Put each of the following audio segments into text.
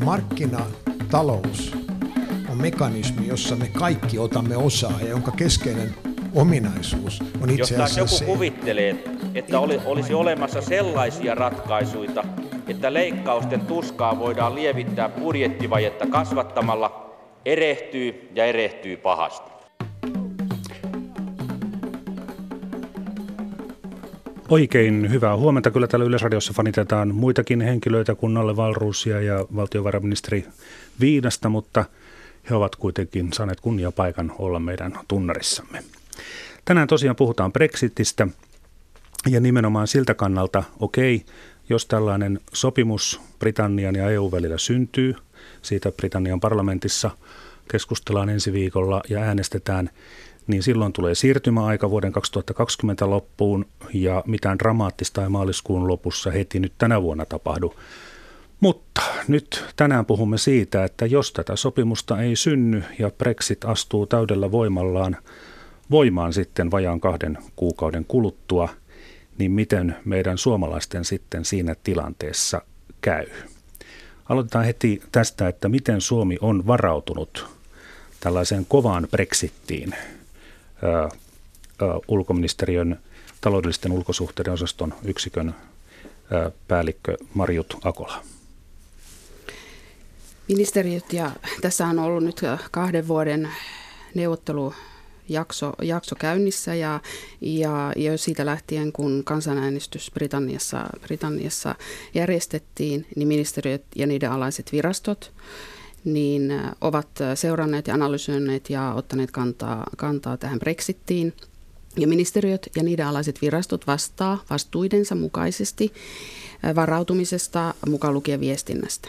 markkinatalous on mekanismi, jossa me kaikki otamme osaa ja jonka keskeinen ominaisuus on itse asiassa jos joku kuvittelee, että olisi olemassa sellaisia ratkaisuja, että leikkausten tuskaa voidaan lievittää budjettivajetta kasvattamalla, erehtyy pahasti. Oikein hyvää huomenta. Kyllä täällä Yleisradiossa fanitetaan muitakin henkilöitä kuin Nalle Wahlroosia ja valtiovarainministeri Viinasta, mutta he ovat kuitenkin saaneet kunniapaikan olla meidän tunnarissamme. Tänään tosiaan puhutaan Brexitistä ja nimenomaan siltä kannalta, jos tällainen sopimus Britannian ja EU välillä syntyy, siitä Britannian parlamentissa keskustellaan ensi viikolla ja äänestetään, niin silloin tulee siirtymäaika vuoden 2020 loppuun ja mitään dramaattista ei maaliskuun lopussa heti nyt tänä vuonna tapahdu. Mutta nyt tänään puhumme siitä, että jos tätä sopimusta ei synny ja Brexit astuu täydellä voimaan sitten vajaan 2 kuukauden kuluttua, niin miten meidän suomalaisten sitten siinä tilanteessa käy? Aloitetaan heti tästä, että miten Suomi on varautunut tällaiseen kovaan Brexittiin. Ulkoministeriön taloudellisten ulkosuhteiden osaston yksikön päällikkö Marjut Akola. Ministeriöt ja tässä on ollut nyt 2 vuoden neuvottelujakso käynnissä ja jo siitä lähtien, kun kansanäänestys Britanniassa järjestettiin, niin ministeriöt ja niiden alaiset virastot niin ovat seuranneet ja analysoineet ja ottaneet kantaa tähän Brexittiin. Ja ministeriöt ja niiden alaiset virastot vastaa vastuidensa mukaisesti varautumisesta mukaan lukien viestinnästä.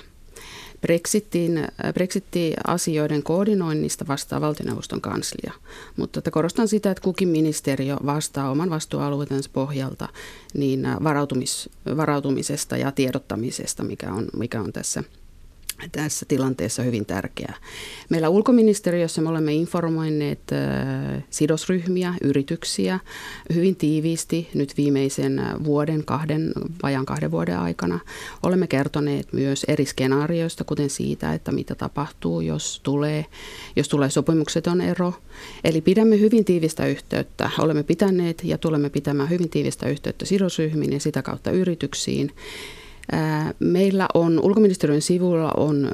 Brexit-asioiden koordinoinnista vastaa valtioneuvoston kanslia, mutta korostan sitä, että kukin ministeriö vastaa oman vastuualueensa pohjalta niin varautumisesta ja tiedottamisesta, mikä on tässä tilanteessa hyvin tärkeää. Meillä ulkoministeriössä me olemme informoineet sidosryhmiä, yrityksiä hyvin tiiviisti nyt viimeisen vajaan 2 vuoden aikana. Olemme kertoneet myös eri skenaarioista, kuten siitä, että mitä tapahtuu, jos tulee sopimukseton ero. Eli pidämme hyvin tiivistä yhteyttä. Olemme pitäneet ja tulemme pitämään hyvin tiivistä yhteyttä sidosryhmiin ja sitä kautta yrityksiin. Meillä on ulkoministeriön sivuilla on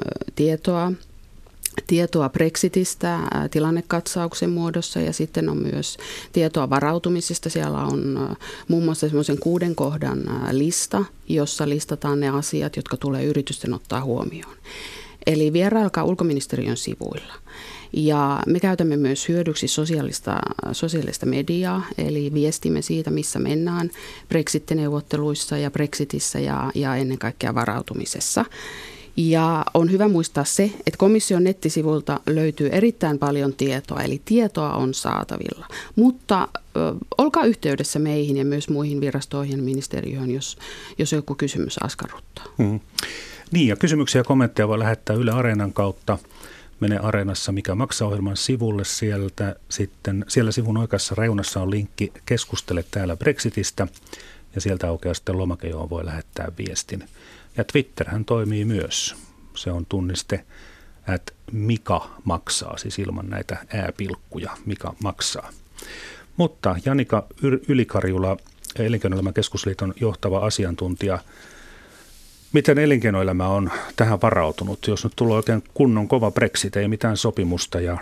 tietoa Brexitistä tilannekatsauksen muodossa ja sitten on myös tietoa varautumisesta. Siellä on muun muassa semmoisen 6 kohdan lista, jossa listataan ne asiat, jotka tulee yritysten ottaa huomioon. Eli vierailkaa ulkoministeriön sivuilla. Ja me käytämme myös hyödyksi sosiaalista mediaa, eli viestimme siitä, missä mennään Brexit-neuvotteluissa ja Brexitissä ja ennen kaikkea varautumisessa. Ja on hyvä muistaa se, että komission nettisivulta löytyy erittäin paljon tietoa, eli tietoa on saatavilla. Mutta olkaa yhteydessä meihin ja myös muihin virastoihin ja ministeriöihin, jos joku kysymys askarruttaa. Niin, ja kysymyksiä ja kommentteja voi lähettää Yle Areenan kautta. Mene Areenassa, mikä maksaa -ohjelman sivulle. Siellä sivun oikeassa reunassa on linkki Keskustele täällä Brexitistä ja sieltä aukeaa sitten lomake, johon voi lähettää viestin. Ja Twitterhän toimii myös. Se on tunniste @Mika maksaa, siis ilman näitä ääpilkkuja, Mika maksaa. Mutta Janika Ylikarjula, Elinkeinoelämän keskusliiton johtava asiantuntija, miten elinkeinoelämä on tähän varautunut? Jos nyt tulee oikein kunnon kova Brexit, ei mitään sopimusta ja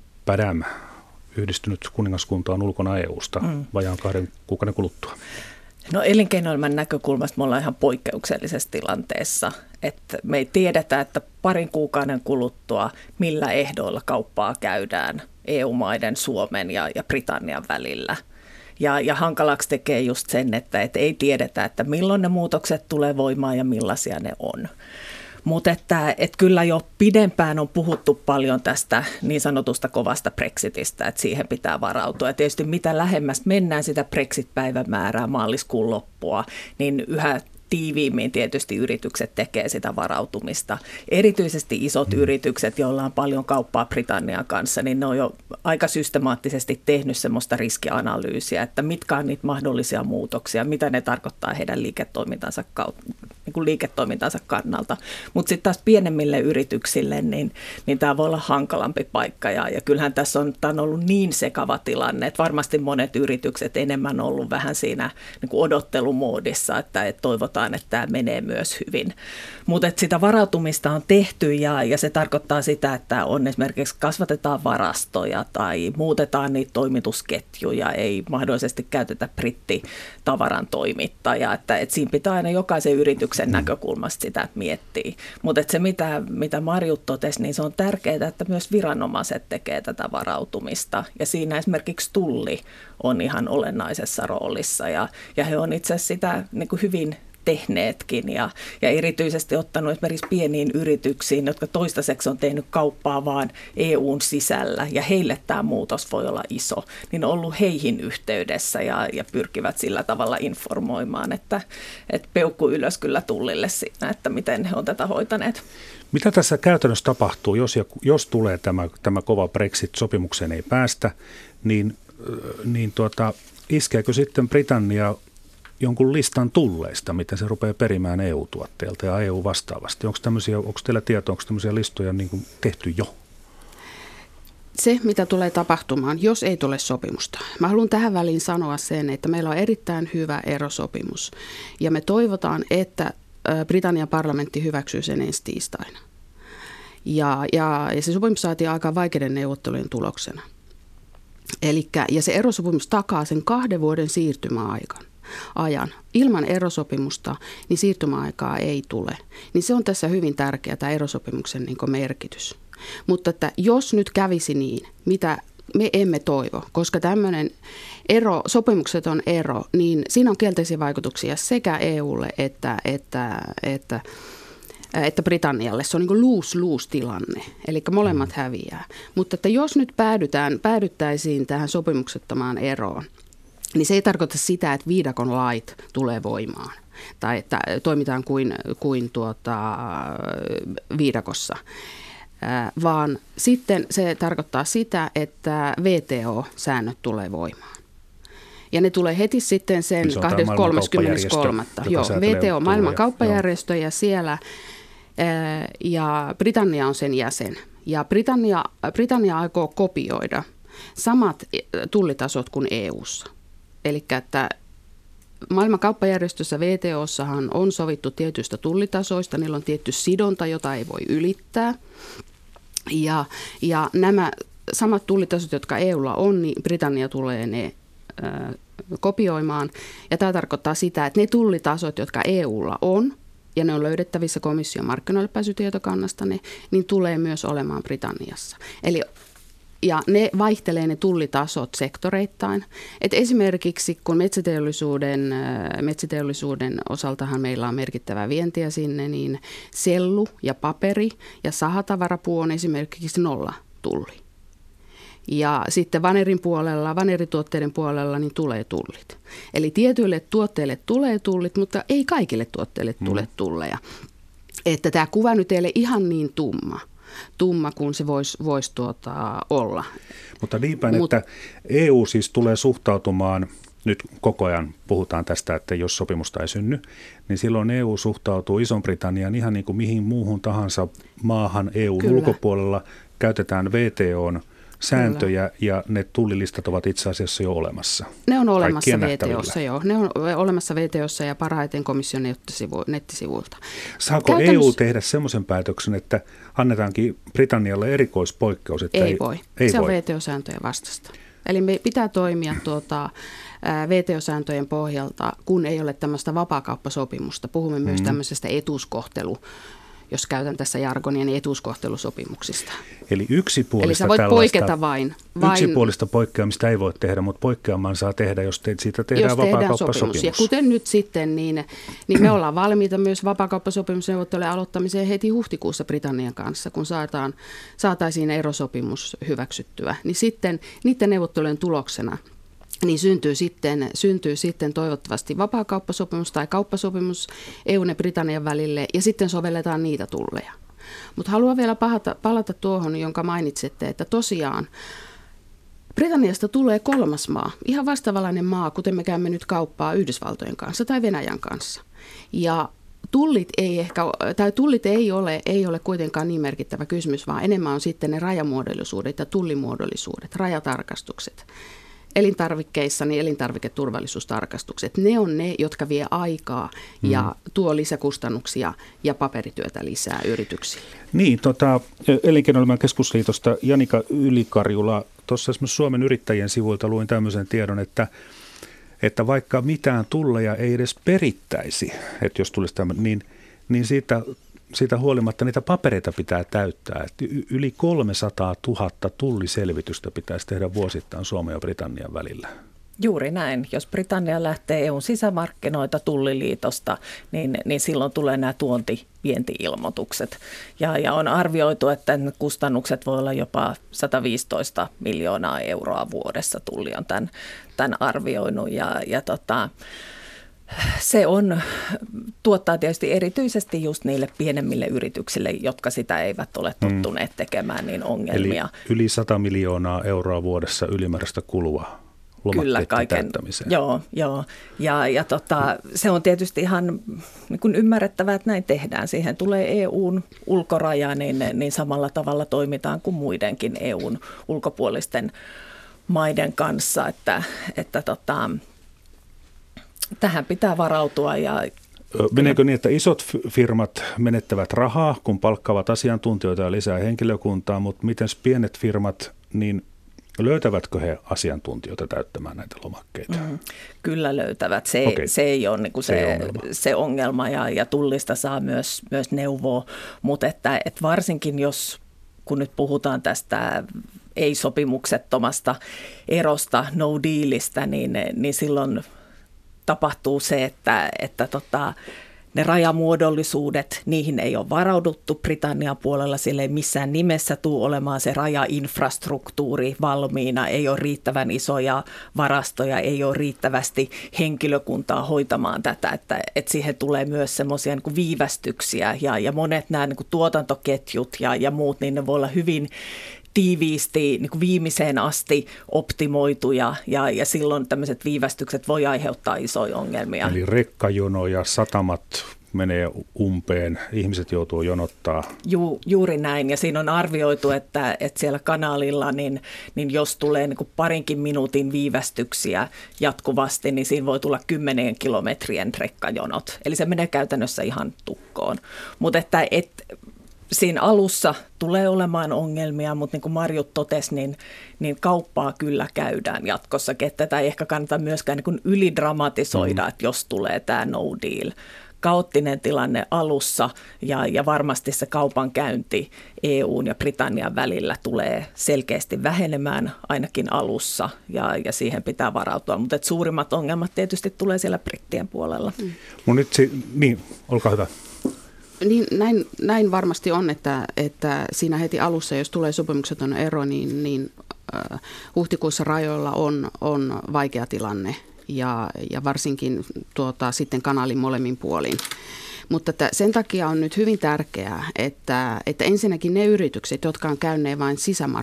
yhdistynyt kuningaskunta on ulkona EUsta vajaan 2 kuukauden kuluttua. No elinkeinoelämän näkökulmasta me ollaan ihan poikkeuksellisessa tilanteessa, että me ei tiedetä, että 2 kuukauden kuluttua millä ehdoilla kauppaa käydään EU-maiden, Suomen ja Britannian välillä. Ja hankalaksi tekee just sen, että ei tiedetä, että milloin ne muutokset tulee voimaan ja millaisia ne on. Mutta että kyllä jo pidempään on puhuttu paljon tästä niin sanotusta kovasta Brexitistä, että siihen pitää varautua. Ja tietysti mitä lähemmäs mennään sitä Brexit-päivämäärää maaliskuun loppua, niin yhä tiiviimmin tietysti yritykset tekee sitä varautumista. Erityisesti isot yritykset, joilla on paljon kauppaa Britannian kanssa, niin ne on jo aika systemaattisesti tehnyt semmoista riskianalyysiä, että mitkä on niitä mahdollisia muutoksia, mitä ne tarkoittaa heidän liiketoimintansa kuin liiketoimintansa kannalta. Mutta sitten taas pienemmille yrityksille, niin tämä voi olla hankalampi paikka. Ja kyllähän tässä on ollut niin sekava tilanne, että varmasti monet yritykset enemmän ollut vähän siinä niin kuin odottelumoodissa, että toivotaan, että tämä menee myös hyvin. Mutta sitä varautumista on tehty ja se tarkoittaa sitä, että on esimerkiksi kasvatetaan varastoja tai muutetaan niitä toimitusketjuja, ei mahdollisesti käytetä brittitavaran toimittajaa, että siinä pitää aina jokaisen yrityksen näkökulmasta sitä miettiä. Mutta se, mitä Marjut totesi, niin se on tärkeää, että myös viranomaiset tekee tätä varautumista ja siinä esimerkiksi Tulli on ihan olennaisessa roolissa ja he on itse asiassa sitä niin kuin hyvin tehneetkin ja erityisesti ottanut esimerkiksi pieniin yrityksiin, jotka toistaiseksi on tehnyt kauppaa vaan EUn sisällä ja heille tämä muutos voi olla iso, niin on ollut heihin yhteydessä ja pyrkivät sillä tavalla informoimaan, että peukku ylös kyllä Tullille siinä, että miten he on tätä hoitaneet. Mitä tässä käytännössä tapahtuu, jos tulee tämä kova Brexit, sopimukseen ei päästä, niin iskeekö sitten Britannia jonkun listan tulleista, mitä se rupeaa perimään EU-tuotteilta ja EU-vastaavasti? Onko teillä tietoa, onko tämmöisiä listoja niin kuin tehty jo? Se, mitä tulee tapahtumaan, jos ei tule sopimusta. Mä haluan tähän väliin sanoa sen, että meillä on erittäin hyvä erosopimus. Ja me toivotaan, että Britannian parlamentti hyväksyy sen ensi tiistaina. Ja se sopimus saatiin aika vaikeiden neuvottelujen tuloksena. Ja se erosopimus takaa sen 2 vuoden siirtymäajan. Ilman erosopimusta niin siirtymäaikaa ei tule. Niin se on tässä hyvin tärkeä tämä erosopimuksen niin kuin merkitys. Mutta että jos nyt kävisi niin, mitä me emme toivo, koska tämmöinen sopimukseton ero, niin siinä on kielteisiä vaikutuksia sekä EUlle että Britannialle. Se on niin kuin lose-lose-tilanne, eli molemmat häviää. Mutta että jos nyt päädyttäisiin tähän sopimuksettomaan eroon, niin se ei tarkoita sitä, että viidakon lait tulee voimaan tai että toimitaan kuin viidakossa, vaan sitten se tarkoittaa sitä, että VTO-säännöt tulee voimaan. Ja ne tulee heti sitten sen 33. VTO, maailman kauppajärjestö ja siellä, ja Britannia on sen jäsen. Ja Britannia aikoo kopioida samat tullitasot kuin EU:ssa. Eli että maailman kauppajärjestössä VTOssahan on sovittu tietyistä tullitasoista, niillä on tietty sidonta, jota ei voi ylittää. Ja nämä samat tullitasot, jotka EUlla on, niin Britannia tulee ne kopioimaan. Ja tämä tarkoittaa sitä, että ne tullitasot, jotka EUlla on, ja ne on löydettävissä komission markkinoille pääsytietokannasta, niin tulee myös olemaan Britanniassa. Ja ne vaihtelee ne tullitasot sektoreittain. Et esimerkiksi kun metsäteollisuuden osaltahan meillä on merkittävää vientiä sinne, niin sellu ja paperi ja sahatavarapuoli on esimerkiksi 0 tulli. Ja sitten vanerituotteiden puolella niin tulee tullit. Eli tietyille tuotteille tulee tullit, mutta ei kaikille tuotteille tule tulleja. Että tämä kuva nyt ei ole ihan niin tumma kuin se voisi olla. Mutta niinpäin, että EU siis tulee suhtautumaan, nyt koko ajan puhutaan tästä, että jos sopimusta ei synny, niin silloin EU suhtautuu Ison-Britannian ihan niin kuin mihin muuhun tahansa maahan EUn ulkopuolella, käytetään VTOn sääntöjä ja ne tullilistat ovat itse asiassa jo olemassa. Ne on olemassa VTOssa, joo. Ne on olemassa VTOssa ja parhaiten komission nettisivuilta. Saako EU tehdä semmoisen päätöksen, että annetaankin Britannialle erikoispoikkeus? Että ei voi. Se on VTO-sääntöjen vastaista. Eli me pitää toimia VTO-sääntöjen pohjalta, kun ei ole tämmöistä vapaakauppasopimusta. Puhumme myös tämmöisestä jos käytän tässä jargonia, niin etuuskohtelusopimuksista. Eli sä voit poiketa vain. Yksipuolista poikkeamista ei voi tehdä, mutta poikkeaman saa tehdä, jos siitä tehdään vapaakauppasopimus. Ja kuten nyt sitten, niin me ollaan valmiita myös vapaakauppasopimusneuvottelujen aloittamiseen heti huhtikuussa Britannian kanssa, kun saataisiin erosopimus hyväksyttyä. Niin sitten niiden neuvottelujen tuloksena niin syntyy sitten toivottavasti vapaakauppasopimus tai kauppasopimus EUn ja Britannian välille, ja sitten sovelletaan niitä tulleja. Mutta haluan vielä palata tuohon, jonka mainitsette, että tosiaan Britanniasta tulee 3. maa, ihan vastaavanlainen maa, kuten me käymme nyt kauppaa Yhdysvaltojen kanssa tai Venäjän kanssa. Ja tullit ei ole kuitenkaan niin merkittävä kysymys, vaan enemmän on sitten ne rajamuodollisuudet ja tullimuodollisuudet, rajatarkastukset. Elintarvikkeissa niin elintarviketurvallisuustarkastukset, ne on ne, jotka vie aikaa ja tuo lisäkustannuksia ja paperityötä lisää yrityksille. Niin, Elinkeinoelämän keskusliitosta Janika Ylikarjula, tuossa esimerkiksi Suomen yrittäjien sivuilta luin tämmöisen tiedon, että vaikka mitään tulleja ei edes perittäisi, että jos tulisi tämmöinen, niin siitä huolimatta niitä papereita pitää täyttää. Että yli 300 000 tulliselvitystä pitäisi tehdä vuosittain Suomen ja Britannian välillä. Juuri näin. Jos Britannia lähtee EUn sisämarkkinoita tulliliitosta, niin silloin tulee nämä tuonti-vienti-ilmoitukset. Ja on arvioitu, että kustannukset voi olla jopa 115 miljoonaa euroa vuodessa. Tulli on tämän arvioinut se tuottaa tietysti erityisesti just niille pienemmille yrityksille, jotka sitä eivät ole tottuneet tekemään, niin ongelmia. Eli yli 100 miljoonaa euroa vuodessa ylimääräistä kulua lomakkeiden täyttämiseen. Joo. Ja se on tietysti ihan niin kuin ymmärrettävää, että näin tehdään. Siihen tulee EUn ulkoraja, niin samalla tavalla toimitaan kuin muidenkin EUn ulkopuolisten maiden kanssa, että tähän pitää varautua. Meneekö niin, että isot firmat menettävät rahaa, kun palkkaavat asiantuntijoita ja lisää henkilökuntaa, mutta miten pienet firmat, niin löytävätkö he asiantuntijoita täyttämään näitä lomakkeita? Kyllä löytävät. Se ei ole niin kuin se ongelma ja Tullista saa myös neuvoa, mutta että varsinkin kun nyt puhutaan tästä ei-sopimuksettomasta erosta, no dealista, niin silloin tapahtuu se, että ne rajamuodollisuudet, niihin ei ole varauduttu Britannian puolella, sillä ei missään nimessä tule olemaan se rajainfrastruktuuri valmiina, ei ole riittävän isoja varastoja, ei ole riittävästi henkilökuntaa hoitamaan tätä, että siihen tulee myös semmoisia niin kuin viivästyksiä ja monet nämä niin kuin tuotantoketjut ja muut, niin ne voi olla hyvin tiiviisti niin kuin viimeiseen asti optimoituja ja silloin tämmöiset viivästykset voi aiheuttaa isoja ongelmia. Eli rekkajono ja satamat menee umpeen, ihmiset joutuu jonottaa. Juuri näin, ja siinä on arvioitu, että siellä kanaalilla, niin jos tulee niin kuin parinkin minuutin viivästyksiä jatkuvasti, niin siinä voi tulla 10 kilometrien rekkajonot. Eli se menee käytännössä ihan tukkoon. Mutta siinä alussa tulee olemaan ongelmia, mutta niin kuin Marjut totesi, niin kauppaa kyllä käydään jatkossakin. Että tätä ei ehkä kannata myöskään niin kuin ylidramatisoida, että jos tulee tämä no deal. Kaoottinen tilanne alussa ja varmasti se kaupankäynti EUn ja Britannian välillä tulee selkeästi vähenemään ainakin alussa ja siihen pitää varautua. Mutta suurimmat ongelmat tietysti tulee siellä brittien puolella. Niin, olkaa hyvä. Niin, näin varmasti on, että siinä heti alussa, jos tulee sopimukseton ero, niin huhtikuussa rajoilla on vaikea tilanne ja varsinkin sitten kanaalin molemmin puolin. Mutta sen takia on nyt hyvin tärkeää, että ensinnäkin ne yritykset, jotka on käyneet vain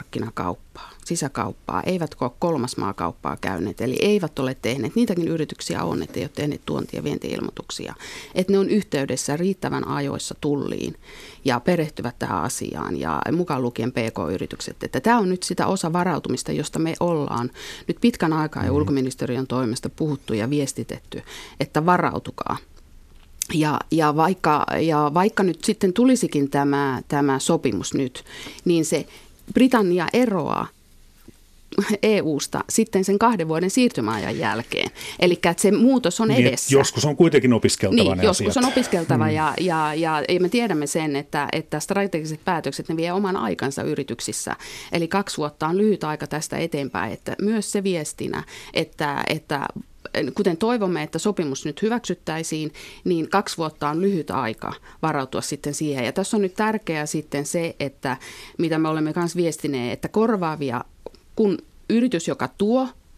sisäkauppaa, eivätkä ole kolmasmaakauppaa käyneet, eli eivät ole tehneet, niitäkin yrityksiä on, että ei ole tehneet tuonti- ja vienti-ilmoituksia, että ne on yhteydessä riittävän ajoissa tulliin ja perehtyvät tähän asiaan ja mukaan lukien PK-yritykset. Että tämä on nyt sitä osa varautumista, josta me ollaan nyt pitkän aikaa ja ulkoministeriön toimesta puhuttu ja viestitetty, että varautukaa. Ja vaikka nyt sitten tulisikin tämä sopimus nyt, niin se Britannia eroaa EUsta sitten sen 2 vuoden siirtymäajan jälkeen. Eli että se muutos on edessä. Joskus on kuitenkin opiskeltava ne joskus asiat. On opiskeltava ja me tiedämme sen, että strategiset päätökset ne vie oman aikansa yrityksissä. Eli 2 vuotta on lyhyt aika tästä eteenpäin, että myös se viestinä, että kuten toivomme, että sopimus nyt hyväksyttäisiin, niin 2 vuotta on lyhyt aika varautua sitten siihen. Ja tässä on nyt tärkeää sitten se, että mitä me olemme myös viestineet, että korvaavia, kun yritys, joka tuo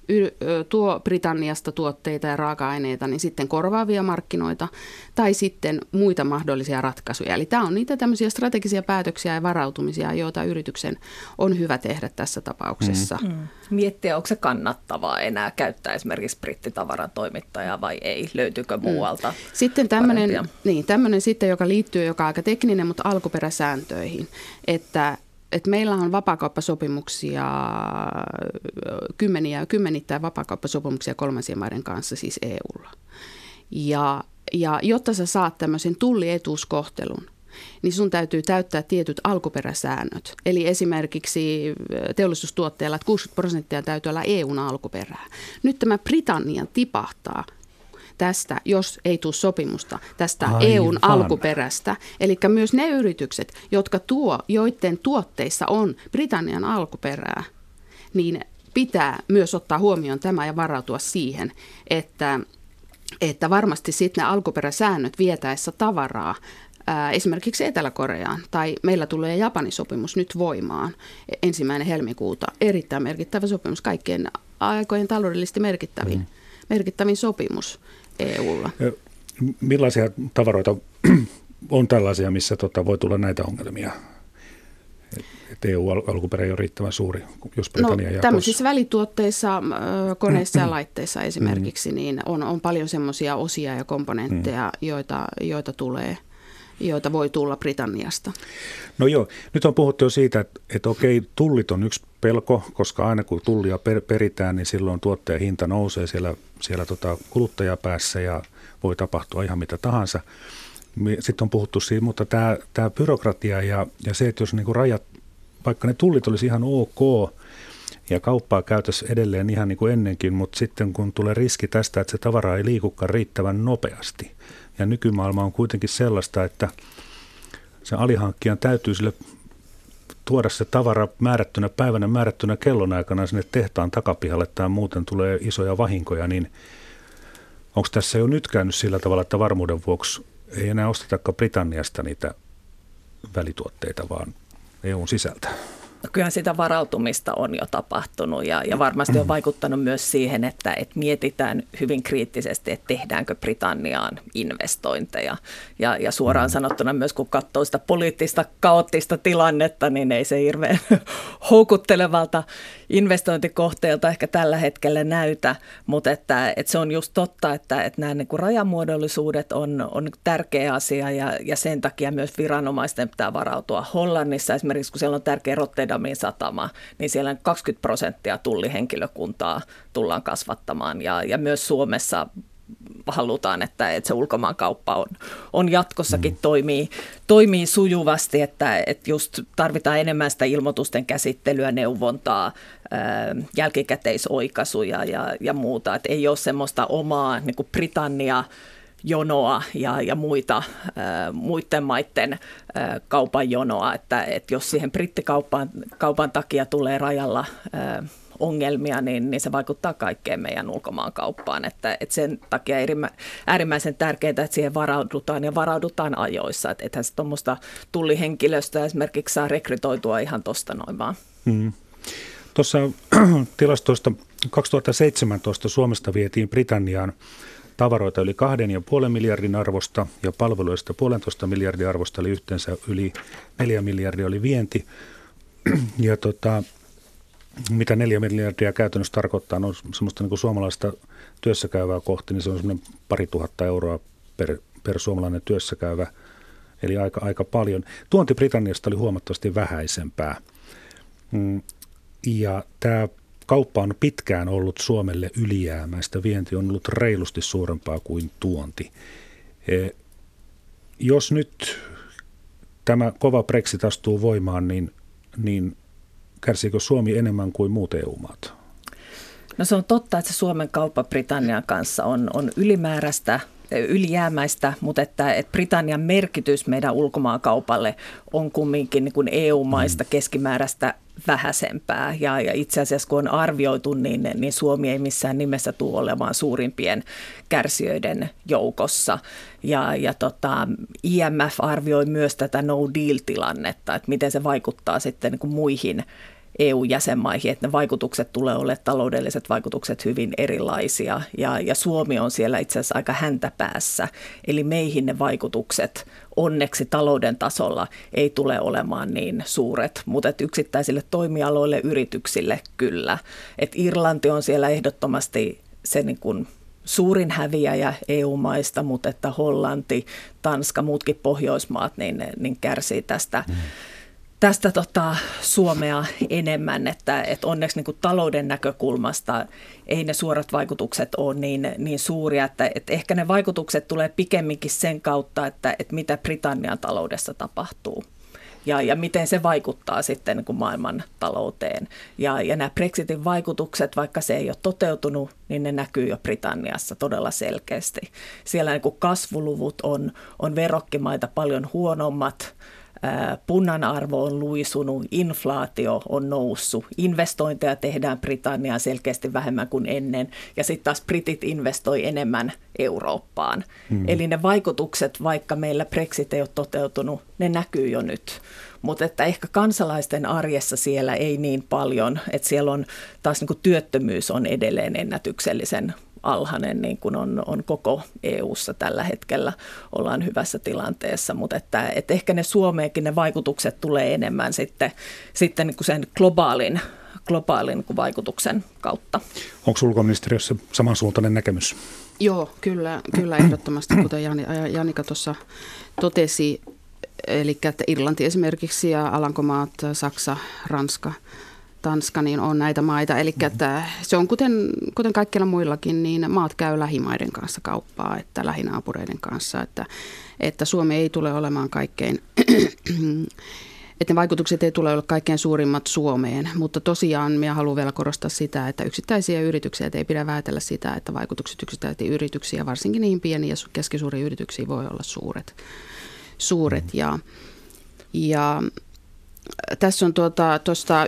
tuo Britanniasta tuotteita ja raaka-aineita, niin sitten korvaavia markkinoita tai sitten muita mahdollisia ratkaisuja. Eli tämä on niitä tämmöisiä strategisia päätöksiä ja varautumisia, joita yrityksen on hyvä tehdä tässä tapauksessa. Miettiä, onko se kannattavaa enää käyttää esimerkiksi brittitavaran toimittajaa vai ei? Löytyykö muualta? Sitten tämmöinen sitten, joka liittyy, joka on aika tekninen, mutta alkuperäsääntöihin, että meillä on vapaakauppasopimuksia, kymmenittäin vapaakauppasopimuksia kolmansien maiden kanssa, siis EUlla. Ja jotta sä saat tämmöisen tullietuuskohtelun, niin sun täytyy täyttää tietyt alkuperäsäännöt. Eli esimerkiksi teollisuustuotteilla, että 60% täytyy olla EUn alkuperää. Nyt tämä Britannia tipahtaa tästä, jos ei tule sopimusta, tästä EUn alkuperästä. Eli myös ne yritykset, joiden tuotteissa on Britannian alkuperää, niin pitää myös ottaa huomioon tämä ja varautua siihen, että varmasti sitten ne alkuperäsäännöt vietäessä tavaraa esimerkiksi Etelä-Koreaan tai meillä tulee Japanin sopimus nyt voimaan 1. helmikuuta. Erittäin merkittävä sopimus, kaikkien aikojen taloudellisesti merkittävin sopimus EUlla. Millaisia tavaroita on tällaisia, missä voi tulla näitä ongelmia? Että EU-alkuperä ei ole riittävän suuri, jos Britannia jää tämmöisissä välituotteissa, koneissa ja laitteissa esimerkiksi, niin on paljon semmoisia osia ja komponentteja, joita voi tulla Britanniasta. No joo, nyt on puhuttu jo siitä, että okei, tullit on yksi pelko, koska aina kun tullia peritään, niin silloin tuotteen hinta nousee siellä kuluttajapäässä ja voi tapahtua ihan mitä tahansa. Sitten on puhuttu siitä, mutta tämä byrokratia ja se, että jos niinku rajat, vaikka ne tullit olisi ihan ok ja kauppaa käytössä edelleen ihan niin kuin ennenkin, mutta sitten kun tulee riski tästä, että se tavara ei liikukaan riittävän nopeasti. Ja nykymaailma on kuitenkin sellaista, että sen alihankkijan täytyy sille tuoda se tavara määrättynä päivänä, määrättynä kellonaikana sinne tehtaan takapihalle tai muuten tulee isoja vahinkoja, niin onko tässä jo nyt käynyt sillä tavalla, että varmuuden vuoksi ei enää ostetakaan Britanniasta niitä välituotteita, vaan EUn sisältä? No kyllähän sitä varautumista on jo tapahtunut ja varmasti on vaikuttanut myös siihen, että mietitään hyvin kriittisesti, että tehdäänkö Britanniaan investointeja. Ja suoraan sanottuna myös kun katsoo sitä poliittista kaoottista tilannetta, niin ei se hirveän houkuttelevalta investointikohteelta ehkä tällä hetkellä näytä, mutta että se on just totta, että nämä niin kuin rajamuodollisuudet on tärkeä asia ja sen takia myös viranomaisten pitää varautua. Hollannissa esimerkiksi, kun siellä on tärkeä Rotterdamin satama, niin siellä 20% tullihenkilökuntaa tullaan kasvattamaan ja myös Suomessa halutaan, että se ulkomaankauppa on jatkossakin toimii sujuvasti, että just tarvitaan enemmän sitä ilmoitusten käsittelyä, neuvontaa, jälkikäteisoikaisuja ja muuta. Että ei ole semmoista omaa niin kuin Britannia-jonoa ja muiden maiden kaupan jonoa, että jos siihen brittikaupan takia tulee rajalla ongelmia, niin se vaikuttaa kaikkeen meidän ulkomaankauppaan. Että sen takia äärimmäisen tärkeää, että siihen varaudutaan ja varaudutaan ajoissa. Että ethän se tuommoista tullihenkilöstöä esimerkiksi saa rekrytoitua ihan tuosta noin vaan. Tuossa tilastoista 2017 Suomesta vietiin Britanniaan tavaroita yli 2,5 miljardin arvosta ja palveluista 1,5 miljardin arvosta, eli yhteensä yli 4 miljardia oli vienti. Ja mitä 4 miljardia käytännössä tarkoittaa, on semmoista niin kuin suomalaista työssäkäyvää kohti, niin se on semmoinen 2 000 euroa per suomalainen työssäkäyvä, eli aika paljon. Tuonti Britanniasta oli huomattavasti vähäisempää, ja tämä kauppa on pitkään ollut Suomelle ylijäämäistä, vienti on ollut reilusti suurempaa kuin tuonti. Jos nyt tämä kova Brexit astuu voimaan, niin kärsiikö Suomi enemmän kuin muut EU-maat? No se on totta, että se Suomen kauppa Britannian kanssa on ylijäämäistä, mutta että Britannian merkitys meidän ulkomaankaupalle on kumminkin niin kuin EU-maista keskimääräistä vähäisempää. Ja itse asiassa kun on arvioitu, niin Suomi ei missään nimessä tule olemaan suurimpien kärsijöiden joukossa. Ja IMF arvioi myös tätä no deal-tilannetta, että miten se vaikuttaa sitten niin kuin muihin EU-jäsenmaihin, että ne vaikutukset tulee olemaan taloudelliset vaikutukset hyvin erilaisia ja Suomi on siellä itse asiassa aika häntäpäässä, eli meihin ne vaikutukset onneksi talouden tasolla ei tule olemaan niin suuret, mutta yksittäisille toimialoille, yrityksille kyllä. Et Irlanti on siellä ehdottomasti se niin kuin suurin häviäjä EU-maista, mutta että Hollanti, Tanska, muutkin Pohjoismaat niin kärsii tästä Suomea enemmän, että onneksi niin kuin talouden näkökulmasta ei ne suorat vaikutukset ole niin suuria, että ehkä ne vaikutukset tulee pikemminkin sen kautta, että mitä Britannian taloudessa tapahtuu. Ja miten se vaikuttaa sitten niin kuin maailman talouteen. Ja nämä Brexitin vaikutukset, vaikka se ei ole toteutunut, niin ne näkyy jo Britanniassa todella selkeästi. Siellä niin kuin kasvuluvut on verrokkimaita paljon huonommat. Punnan arvo on luisunut, inflaatio on noussut, investointeja tehdään Britanniaan selkeästi vähemmän kuin ennen ja sitten taas britit investoi enemmän Eurooppaan. Eli ne vaikutukset, vaikka meillä Brexit ei ole toteutunut, ne näkyy jo nyt. Mutta että ehkä kansalaisten arjessa siellä ei niin paljon, että siellä on taas niin kuin työttömyys on edelleen ennätyksellisen alhainen, niin kuin on koko EU:ssa tällä hetkellä, ollaan hyvässä tilanteessa, mutta että ehkä ne Suomeenkin ne vaikutukset tulee enemmän sitten niin kuin sen globaalin niin kuin vaikutuksen kautta. Onko ulkoministeriössä samansuuntainen näkemys? Joo, kyllä ehdottomasti, kuten Janika tuossa totesi, eli että Irlanti esimerkiksi ja Alankomaat, Saksa, Ranska, Tanska, niin on näitä maita. Eli että se on kuten kaikilla muillakin, niin maat käy lähimaiden kanssa kauppaa, että lähinaapureiden kanssa, että Suomi ei tule olemaan kaikkein, että ne vaikutukset ei tule olla kaikkein suurimmat Suomeen, mutta tosiaan minä haluan vielä korostaa sitä, että yksittäisiä yrityksiä ei pidä väitellä sitä, että vaikutukset yksittäisiin yrityksiä, varsinkin niihin pieniin ja keskisuuriin yrityksiin voi olla suuret ja tässä on tuosta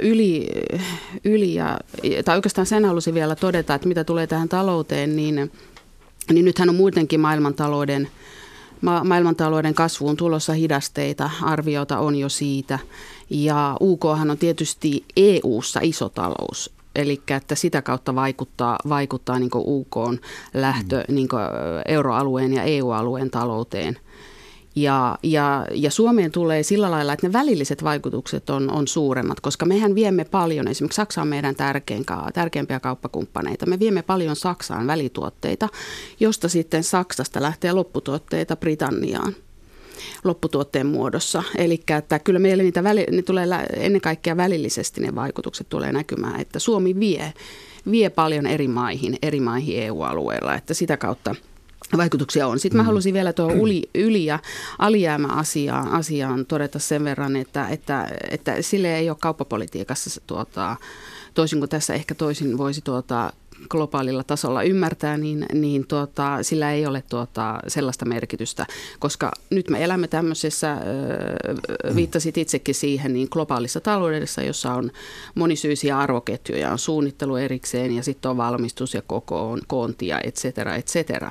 tai oikeastaan sen halusin vielä todeta, että mitä tulee tähän talouteen, niin nythän on muutenkin maailmantalouden kasvuun tulossa hidasteita, arviota on jo siitä, ja UKhan on tietysti EU:ssa iso talous. Eli että sitä kautta vaikuttaa niin kuin UK:n lähtö niin kuin euroalueen ja EU-alueen talouteen. Ja Suomeen tulee sillä lailla, että ne välilliset vaikutukset on suuremmat, koska mehän viemme paljon, esimerkiksi Saksa on meidän tärkeimpiä kauppakumppaneita. Me viemme paljon Saksaan välituotteita, josta sitten Saksasta lähtee lopputuotteita Britanniaan lopputuotteen muodossa. Eli että kyllä meille ne tulee ennen kaikkea välillisesti ne vaikutukset tulee näkymään, että Suomi vie paljon eri maihin EU-alueella, että sitä kautta vaikutuksia on. Sitten mä halusin vielä tuohon yli- ja alijäämäasiaan todeta sen verran, että sille ei ole kauppapolitiikassa, toisin kuin tässä ehkä toisin voisi globaalilla tasolla ymmärtää, niin sillä ei ole sellaista merkitystä, koska nyt me elämme tämmöisessä, viittasit itsekin siihen, niin globaalissa taloudessa, jossa on monisyisiä arvoketjuja, on suunnittelu erikseen ja sitten on valmistus ja koonti ja et cetera.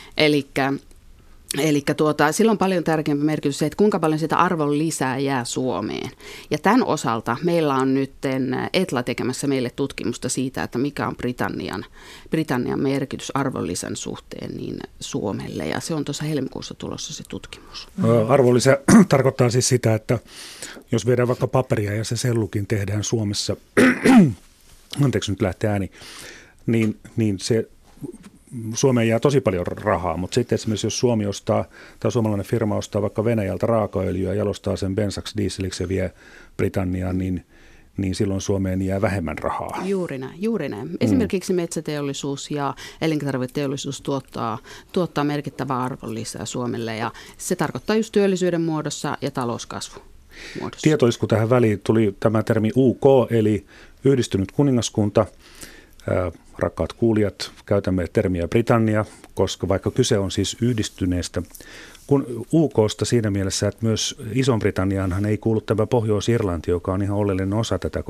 Eli sillä on paljon tärkeämpi merkitys se, että kuinka paljon sitä arvon lisää jää Suomeen. Ja tämän osalta meillä on nyt Etla tekemässä meille tutkimusta siitä, että mikä on Britannian merkitys arvonlisän suhteen niin Suomelle. Ja se on tuossa helmikuussa tulossa se tutkimus. Arvonlisä tarkoittaa siis sitä, että jos viedään vaikka paperia ja se sellukin tehdään Suomessa, anteeksi nyt lähtee ääni, niin se Suomeen jää tosi paljon rahaa, mutta sitten esimerkiksi jos Suomi ostaa tai suomalainen firma ostaa vaikka Venäjältä raakaöljyä ja jalostaa sen bensaksi, dieseliksi ja vie Britanniaan, niin silloin Suomeen jää vähemmän rahaa. Juuri näin. Esimerkiksi metsäteollisuus ja elintarviketeollisuus tuottaa merkittävää arvonlisää Suomelle ja se tarkoittaa just työllisyyden muodossa ja talouskasvun muodossa. Tietoisku tähän väliin tuli tämä termi UK eli Yhdistynyt kuningaskunta. Rakkaat kuulijat, käytämme termiä Britannia, koska vaikka kyse on siis yhdistyneestä UK:sta siinä mielessä, että myös Iso-Britanniaanhan ei kuulu tämä Pohjois-Irlanti, joka on ihan oleellinen osa tätä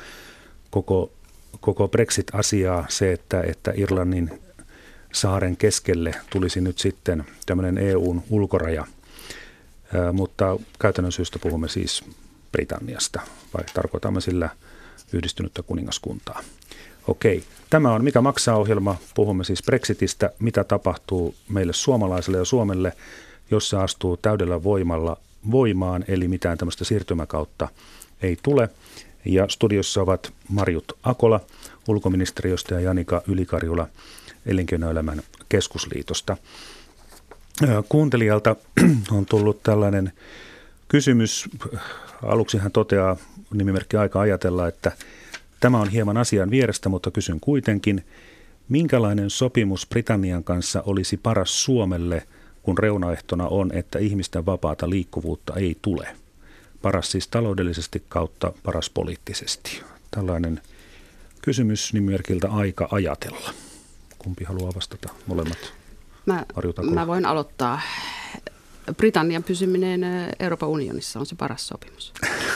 koko Brexit-asiaa, se, että Irlannin saaren keskelle tulisi nyt sitten tämmöinen EUn ulkoraja, mutta käytännön syystä puhumme siis Britanniasta, vai tarkoitamme sillä Yhdistynyttä kuningaskuntaa. Okei, tämä on Mikä maksaa -ohjelma. Puhumme siis Brexitistä, mitä tapahtuu meille suomalaisille ja Suomelle, jos se astuu täydellä voimalla voimaan, eli mitään tämmöistä siirtymäkautta ei tule. Ja studiossa ovat Marjut Akola ulkoministeriöstä ja Janika Ylikarjula Elinkeinoelämän keskusliitosta. Kuuntelijalta on tullut tällainen kysymys. Aluksi hän toteaa, nimimerkki Aika ajatella, että tämä on hieman asian vierestä, mutta kysyn kuitenkin, minkälainen sopimus Britannian kanssa olisi paras Suomelle, kun reunaehtona on, että ihmisten vapaata liikkuvuutta ei tule? Paras siis taloudellisesti kautta paras poliittisesti. Tällainen kysymys nimimerkiltä Aika ajatella. Kumpi haluaa vastata? Molemmat. Mä voin aloittaa. Britannian pysyminen Euroopan unionissa on se paras sopimus.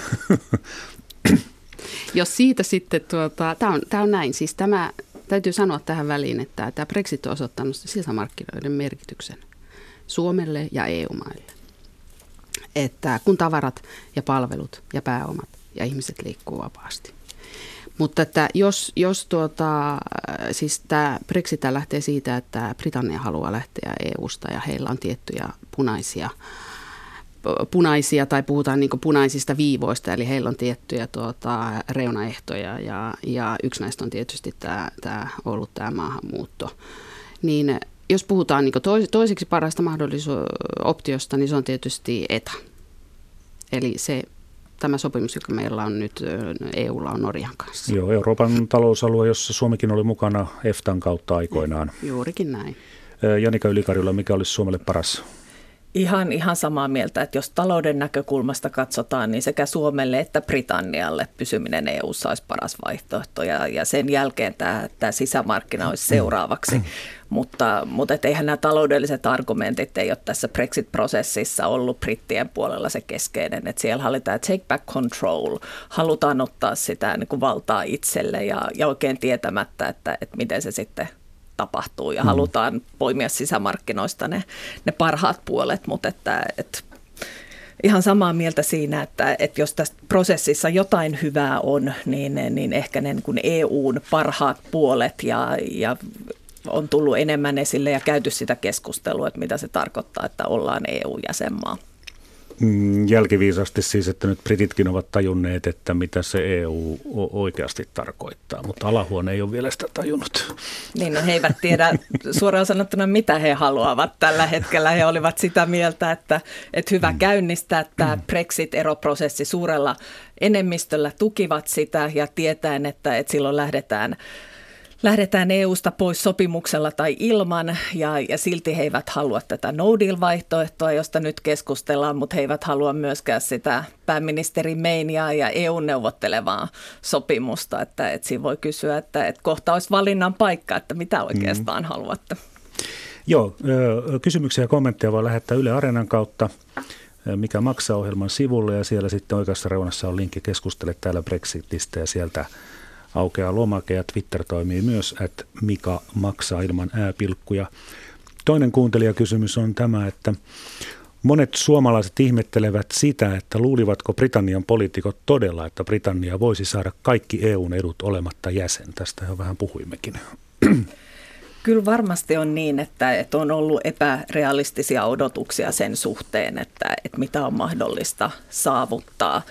Jos siitä sitten, tämä on näin, siis tämä täytyy sanoa tähän väliin, että tämä Brexit on osoittanut sisämarkkinoiden merkityksen Suomelle ja EU-maille. Että kun tavarat ja palvelut ja pääomat ja ihmiset liikkuu vapaasti. Mutta että jos siis tämä Brexit lähtee siitä, että Britannia haluaa lähteä EUsta ja heillä on tiettyjä punaisia tai puhutaan niin kuin punaisista viivoista, eli heillä on tiettyjä reunaehtoja ja yksi näistä on tietysti tämä ollut tämä maahanmuutto. Niin jos puhutaan niin kuin toiseksi parasta optiosta, niin se on tietysti ETA. Eli tämä sopimus, joka meillä on nyt EUlla on Norjan kanssa. Joo, Euroopan talousalue, jossa Suomikin oli mukana EFTAn kautta aikoinaan. Juurikin näin. Janika Ylikarjula, mikä olisi Suomelle paras? Ihan samaa mieltä, että jos talouden näkökulmasta katsotaan, niin sekä Suomelle että Britannialle pysyminen EU:ssa olisi paras vaihtoehto ja sen jälkeen tämä sisämarkkina olisi seuraavaksi. Mutta eihän nämä taloudelliset argumentit ei ole tässä Brexit-prosessissa ollut brittien puolella se keskeinen, että siellä oli tämä take back control, halutaan ottaa sitä niin kuin valtaa itselle ja oikein tietämättä, että miten se sitten tapahtuu ja halutaan poimia sisämarkkinoista ne parhaat puolet, mutta että ihan samaa mieltä siinä, että jos tässä prosessissa jotain hyvää on, niin ehkä ne niin kuin EUn parhaat puolet ja on tullut enemmän esille ja käyty sitä keskustelua, että mitä se tarkoittaa, että ollaan EU-jäsenmaa. Jälkiviisasti siis, että nyt brititkin ovat tajunneet, että mitä se EU oikeasti tarkoittaa, mutta alahuone ei ole vielä sitä tajunnut. Niin, he eivät tiedä suoraan sanottuna, mitä he haluavat tällä hetkellä. He olivat sitä mieltä, että hyvä käynnistää tämä Brexit-eroprosessi suurella enemmistöllä, tukivat sitä ja tietäen, että silloin lähdetään EUsta pois sopimuksella tai ilman ja silti he eivät halua tätä no deal-vaihtoehtoa, josta nyt keskustellaan, mutta he eivät halua myöskään sitä pääministeri Mayn ja EU-neuvottelevaa sopimusta, että siinä voi kysyä, että kohta olisi valinnan paikka, että mitä oikeastaan haluatte. Joo, kysymyksiä ja kommentteja voi lähettää Yle Areenan kautta, Mikä maksaa -ohjelman sivulle ja siellä sitten oikeassa reunassa on linkki Keskustele täällä Brexitistä ja sieltä aukeaa lomake ja Twitter toimii myös, että Mika maksaa ilman ääpilkkuja. Toinen kuuntelijakysymys on tämä, että monet suomalaiset ihmettelevät sitä, että luulivatko Britannian poliitikot todella, että Britannia voisi saada kaikki EUn edut olematta jäsen. Tästä jo vähän puhuimmekin. Kyllä varmasti on niin, että on ollut epärealistisia odotuksia sen suhteen, että mitä on mahdollista saavuttaa.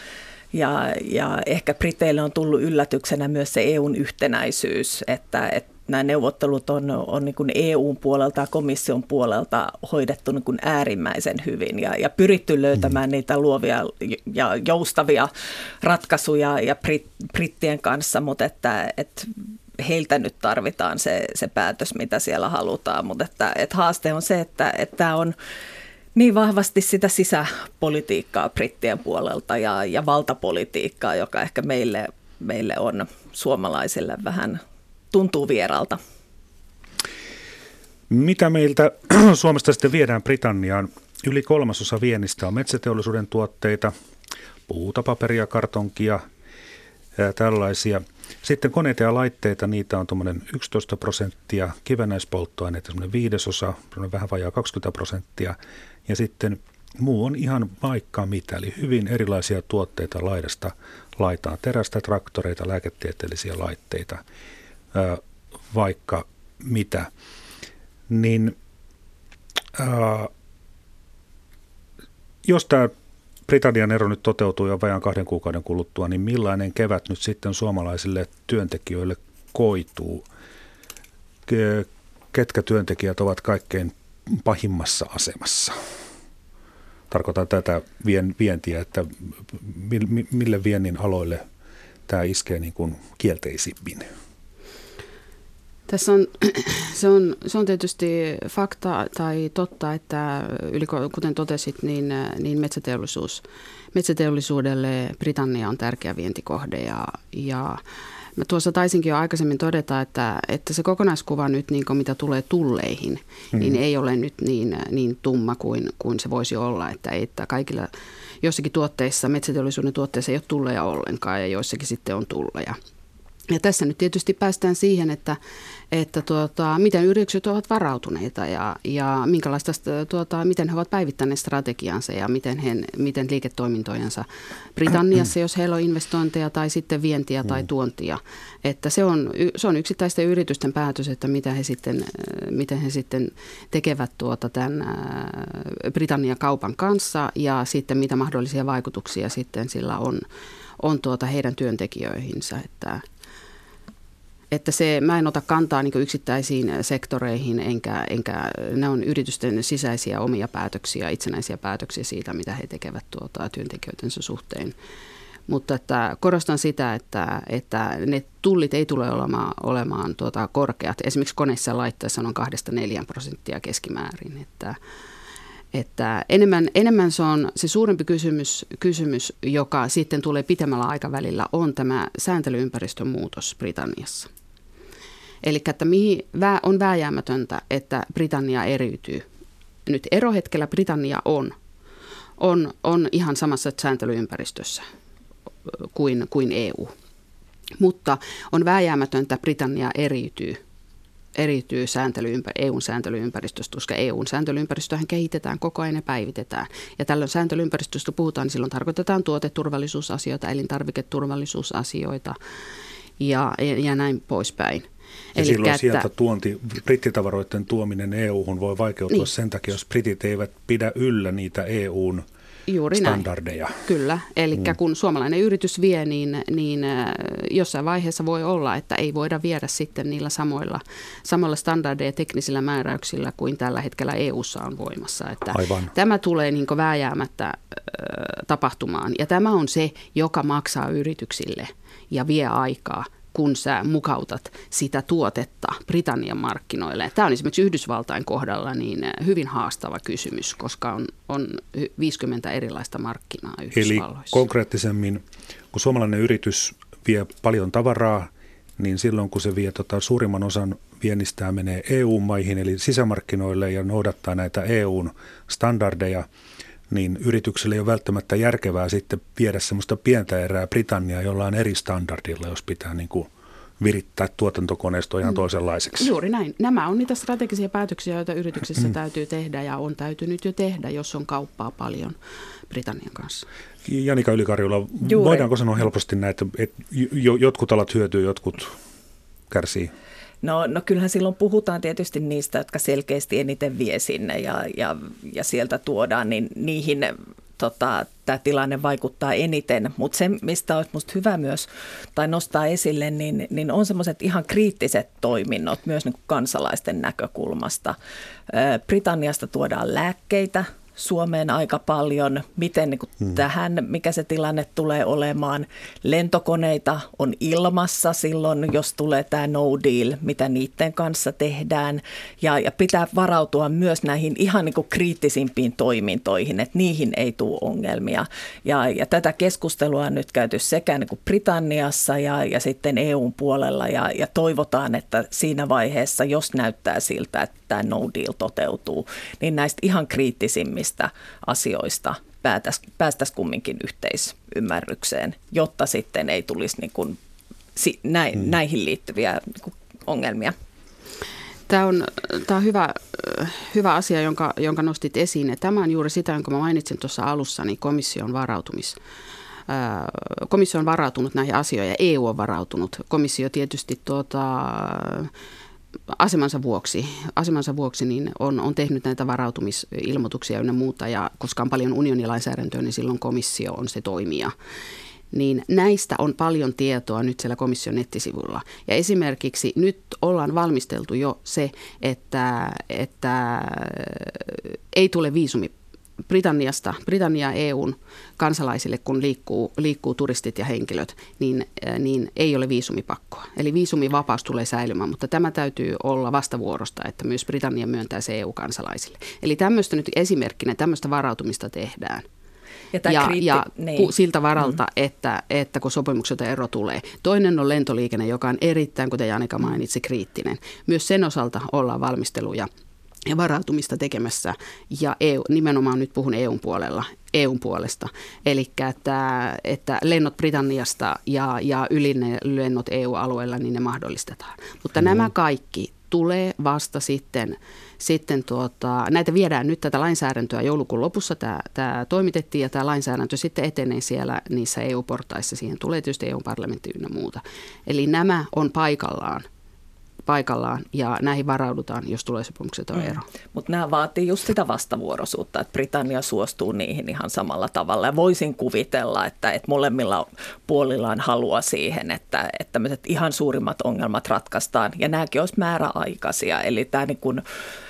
Ja ehkä Briteille on tullut yllätyksenä myös se EUn yhtenäisyys, että nämä neuvottelut on niin kuin EUn puolelta ja komission puolelta hoidettu niin kuin äärimmäisen hyvin ja pyritty löytämään niitä luovia ja joustavia ratkaisuja ja brittien kanssa, mutta että heiltä nyt tarvitaan se päätös, mitä siellä halutaan, mutta että haaste on se, että tämä on niin vahvasti sitä sisäpolitiikkaa brittien puolelta ja valtapolitiikkaa, joka ehkä meille on suomalaisille vähän tuntuu vieralta. Mitä meiltä Suomesta sitten viedään Britanniaan? Yli 1/3 viennistä on metsäteollisuuden tuotteita, puuta, paperia, kartonkia, tällaisia. Sitten koneita ja laitteita, niitä on tuommoinen 11%, kivennäispolttoaineita semmoinen 1/5, vähän vajaa 20%. Ja sitten muu on ihan vaikka mitä, eli hyvin erilaisia tuotteita laidasta laitaan, terästä, traktoreita, lääketieteellisiä laitteita, vaikka mitä. Niin jos tämä Britannian ero nyt toteutuu jo vajaan 2 kuukauden kuluttua, niin millainen kevät nyt sitten suomalaisille työntekijöille koituu? Ketkä työntekijät ovat kaikkein pahimmassa asemassa? Tarkoitan tätä vientiä, että mille viennin aloille tämä iskee niin kuin kielteisimmin? Tässä se on tietysti fakta tai totta, että kuten totesit, niin metsäteollisuudelle Britannia on tärkeä vientikohde ja mä tuossa taisinkin jo aikaisemmin todeta, että se kokonaiskuva nyt, niin mitä tulee tulleihin, niin ei ole nyt niin tumma kuin se voisi olla, että kaikilla jossakin tuotteissa, metsäteollisuuden tuotteissa ei ole tulleja ollenkaan ja joissakin sitten on tulleja. Ja tässä nyt tietysti päästään siihen, että miten yritykset ovat varautuneita ja miten he ovat päivittäneet strategiansa ja miten liiketoimintojensa Britanniassa, jos heillä on investointeja tai sitten vientiä tai tuontia. Että se on yksittäisten yritysten päätös, että miten he sitten tekevät tämän Britannian kaupan kanssa ja sitten mitä mahdollisia vaikutuksia sitten sillä on heidän työntekijöihinsä, että mä en ota kantaa niin kuin yksittäisiin sektoreihin, enkä ne on yritysten sisäisiä omia päätöksiä, itsenäisiä päätöksiä siitä, mitä he tekevät työntekijöidensä suhteen. Mutta että korostan sitä, että ne tullit ei tule olemaan korkeat. Esimerkiksi koneissa ja laitteissa on 2-4% keskimäärin. Että enemmän se on se suurempi kysymys, joka sitten tulee pitemmällä aikavälillä, on tämä sääntelyympäristön muutos Britanniassa. Eli että on vääjäämätöntä, että Britannia eriytyy. Nyt erohetkellä Britannia on ihan samassa sääntelyympäristössä kuin EU. Mutta on vääjäämätöntä, että Britannia eriytyy EUn sääntelyympäristöstä, koska EUn sääntelyympäristöhän kehitetään koko ajan ja päivitetään. Ja tällöin sääntelyympäristöstä puhutaan, niin silloin tarkoitetaan tuoteturvallisuusasioita, elintarviketurvallisuusasioita ja näin poispäin. Ja silloin sieltä brittitavaroiden tuominen EU-hun voi vaikeutua sen takia, jos britit eivät pidä yllä niitä EUn juuri standardeja. Näin. Kyllä, eli kun suomalainen yritys vie, niin jossain vaiheessa voi olla, että ei voida viedä sitten niillä samoilla standardeja teknisillä määräyksillä kuin tällä hetkellä EU:ssa on voimassa. Että tämä tulee niin kuin vääjäämättä tapahtumaan ja tämä on se, joka maksaa yrityksille ja vie aikaa, kun sä mukautat sitä tuotetta Britannian markkinoille. Tämä on esimerkiksi Yhdysvaltain kohdalla niin hyvin haastava kysymys, koska on 50 erilaista markkinaa Yhdysvalloissa. Eli konkreettisemmin, kun suomalainen yritys vie paljon tavaraa, niin silloin kun se vie suurimman osan viennistään menee EU-maihin, eli sisämarkkinoille ja noudattaa näitä EUn standardeja, niin yritykselle ei ole välttämättä järkevää sitten viedä semmoista pientä erää Britanniaa jollain eri standardilla, jos pitää niin kuin virittää tuotantokoneisto ihan toisenlaiseksi. Juuri näin. Nämä on niitä strategisia päätöksiä, joita yrityksessä täytyy tehdä ja on täytynyt jo tehdä, jos on kauppaa paljon Britannian kanssa. Janika Ylikarjula, voidaanko sanoa helposti näitä, että jotkut alat hyötyy, jotkut kärsii? No kyllähän silloin puhutaan tietysti niistä, jotka selkeästi eniten vie sinne ja sieltä tuodaan, niin niihin tämä tilanne vaikuttaa eniten. Mutta se, mistä olisi musta hyvä myös tai nostaa esille, niin on semmoiset ihan kriittiset toiminnot myös niin kuin kansalaisten näkökulmasta. Britanniasta tuodaan lääkkeitä Suomeen aika paljon, miten niin kuin tähän, mikä se tilanne tulee olemaan. Lentokoneita on ilmassa silloin, jos tulee tämä no deal, mitä niiden kanssa tehdään. Ja pitää varautua myös näihin ihan niin kuin kriittisimpiin toimintoihin, että niihin ei tule ongelmia. Ja tätä keskustelua on nyt käyty sekä niin kuin Britanniassa ja sitten EUn puolella ja toivotaan, että siinä vaiheessa, jos näyttää siltä, että tämä no deal toteutuu, niin näistä ihan kriittisimmistä asioista päästäisiin kumminkin yhteisymmärrykseen, jotta sitten ei tulisi niin kuin näihin liittyviä niin kuin ongelmia. Tämä on hyvä asia, jonka nostit esiin. Ja tämä on juuri sitä, jonka mä mainitsin tuossa alussa, niin komissio on varautunut näihin asioihin ja EU on varautunut. Komissio tietysti asemansa vuoksi niin on tehnyt näitä varautumisilmoituksia ynnä muuta, ja koska on paljon unionilainsäädäntöä, niin silloin komissio on se toimija. Niin näistä on paljon tietoa nyt siellä komission nettisivuilla. Ja esimerkiksi nyt ollaan valmisteltu jo se, että ei tule viisumi Britannia EUn kansalaisille, kun liikkuu turistit ja henkilöt, niin ei ole viisumipakkoa. Eli viisumivapaus tulee säilymään, mutta tämä täytyy olla vastavuorosta, että myös Britannia myöntää se EU-kansalaisille. Eli tämmöistä nyt esimerkkinä, tämmöistä varautumista tehdään. Ja siltä varalta, että kun sopimukselta ero tulee. Toinen on lentoliikenne, joka on erittäin, kuten Janika mainitsi, kriittinen. Myös sen osalta ollaan valmisteluja ja varautumista tekemässä, ja nimenomaan nyt puhun EUn puolesta. Eli että lennot Britanniasta ja ylilennot EU-alueella, niin ne mahdollistetaan. Mutta nämä kaikki tulee vasta sitten näitä viedään nyt tätä lainsäädäntöä joulukuun lopussa, tämä toimitettiin ja tämä lainsäädäntö sitten etenee siellä niissä EU-portaissa, siihen tulee tietysti EU-parlamentti ynnä muuta. Eli nämä on paikallaan ja näihin varaudutaan, jos tulee sopimukseton ero. Mutta nämä vaatii just sitä vastavuoroisuutta, että Britannia suostuu niihin ihan samalla tavalla. Ja voisin kuvitella, että molemmilla puolilla on halua siihen, että tämmöiset ihan suurimmat ongelmat ratkaistaan. Ja nämäkin olisi määräaikaisia, eli tämä niin kuin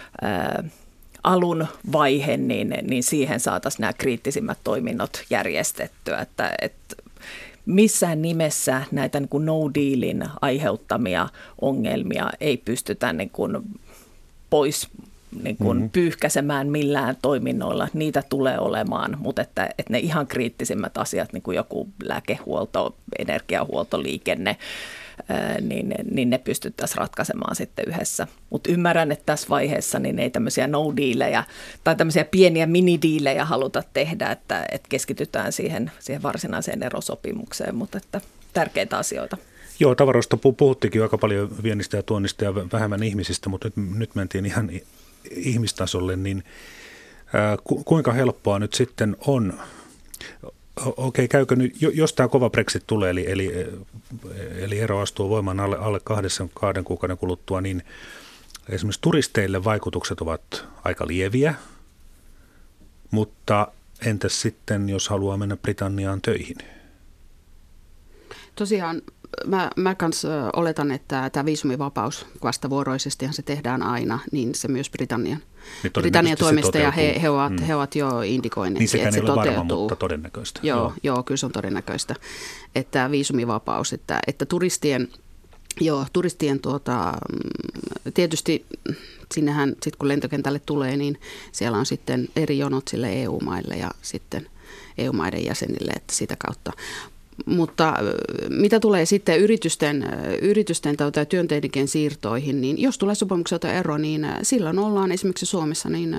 alun vaihe, niin siihen saataisiin nämä kriittisimmät toiminnot järjestettyä, että missään nimessä näitä niin kuin no-dealin aiheuttamia ongelmia ei pystytä niin kuin pois niin kuin pyyhkäsemään millään toiminnoilla. Niitä tulee olemaan, mutta että ne ihan kriittisimmät asiat, niin kuin joku lääkehuolto, energiahuolto, liikenne, niin ne pystyttäisiin ratkaisemaan sitten yhdessä. Mutta ymmärrän, että tässä vaiheessa niin ei tämmöisiä no-dealejä tai tämmöisiä pieniä mini-dealejä haluta tehdä, että keskitytään siihen varsinaiseen erosopimukseen, mutta että tärkeitä asioita. Joo, tavaroista puhuttikin aika paljon viennistä ja tuonnista ja vähemmän ihmisistä, mutta nyt mentiin ihan ihmistasolle, niin kuinka helppoa nyt sitten on? Okei, käykö nyt, jos tämä kova Brexit tulee, eli ero astuu voimaan alle 2 kuukauden kuluttua, niin esimerkiksi turisteille vaikutukset ovat aika lieviä, mutta entäs sitten, jos haluaa mennä Britanniaan töihin? Tosiaan mä kanssa oletan, että tämä viisumivapaus vastavuoroisestihan se tehdään aina, niin se myös Britannian toimesta ja he ovat jo indikoineet, niin että se toteutuu. Varma, mutta todennäköistä. Joo, kyllä se on todennäköistä, että viisumivapaus, että turistien tietysti sinnehän sitten kun lentokentälle tulee, niin siellä on sitten eri jonot sille EU-maille ja sitten EU-maiden jäsenille, että sitä kautta. Mutta mitä tulee sitten yritysten tai työntekijöiden siirtoihin, niin jos tulee sopimukselta ero, niin silloin ollaan esimerkiksi Suomessa niin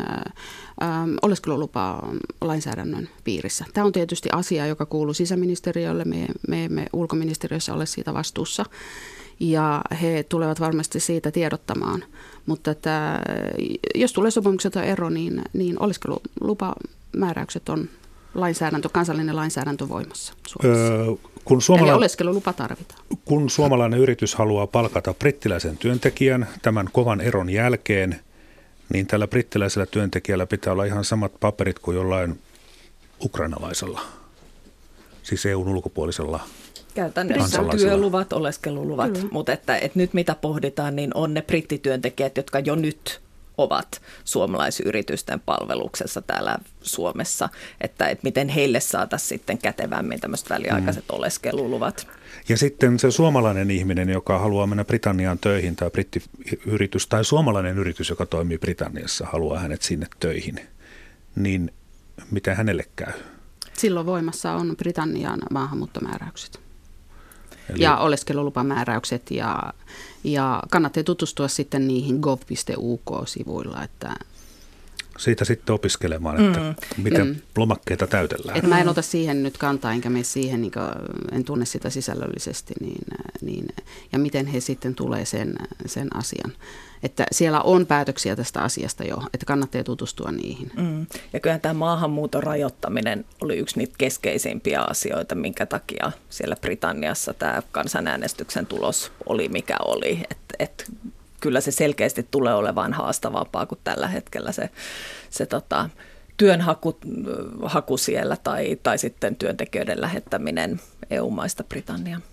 oleskelulupa-lainsäädännön piirissä. Tämä on tietysti asia, joka kuuluu sisäministeriölle. Me emme ulkoministeriössä ole siitä vastuussa ja he tulevat varmasti siitä tiedottamaan. Mutta että jos tulee sopimukselta ero, niin oleskelulupamääräykset on kansallinen lainsäädäntö voimassa Suomessa. Eli oleskelulupa tarvitaan. Kun suomalainen yritys haluaa palkata brittiläisen työntekijän tämän kovan eron jälkeen, niin tällä brittiläisellä työntekijällä pitää olla ihan samat paperit kuin jollain ukrainalaisella, siis EUn ulkopuolisella käytännössä työluvat, oleskeluluvat, mutta että nyt mitä pohditaan, niin on ne brittityöntekijät, jotka jo nyt ovat suomalaisyritysten palveluksessa täällä Suomessa, että miten heille saataisiin sitten kätevämmin tämmöiset väliaikaiset oleskeluluvat. Ja sitten se suomalainen ihminen, joka haluaa mennä Britanniaan töihin, tai brittiyritys tai suomalainen yritys, joka toimii Britanniassa, haluaa hänet sinne töihin, niin mitä hänelle käy? Silloin voimassa on Britannian maahanmuuttomääräykset. Ja oleskelulupamääräykset ja kannattaa tutustua sitten niihin gov.uk-sivuilla, että siitä sitten opiskelemaan, että miten lomakkeita täytellään. Et mä en ota siihen nyt kantaa, enkä mene siihen, niin en tunne sitä sisällöllisesti, ja miten he sitten tulee sen asian. Että siellä on päätöksiä tästä asiasta jo, että kannattaa tutustua niihin. Ja kyllähän tämä maahanmuuton rajoittaminen oli yksi niitä keskeisimpiä asioita, minkä takia siellä Britanniassa tämä kansanäänestyksen tulos oli mikä oli. Että kyllä se selkeästi tulee olemaan haastavampaa kuin tällä hetkellä se työnhaku siellä tai sitten työntekijöiden lähettäminen EU-maista Britanniaan.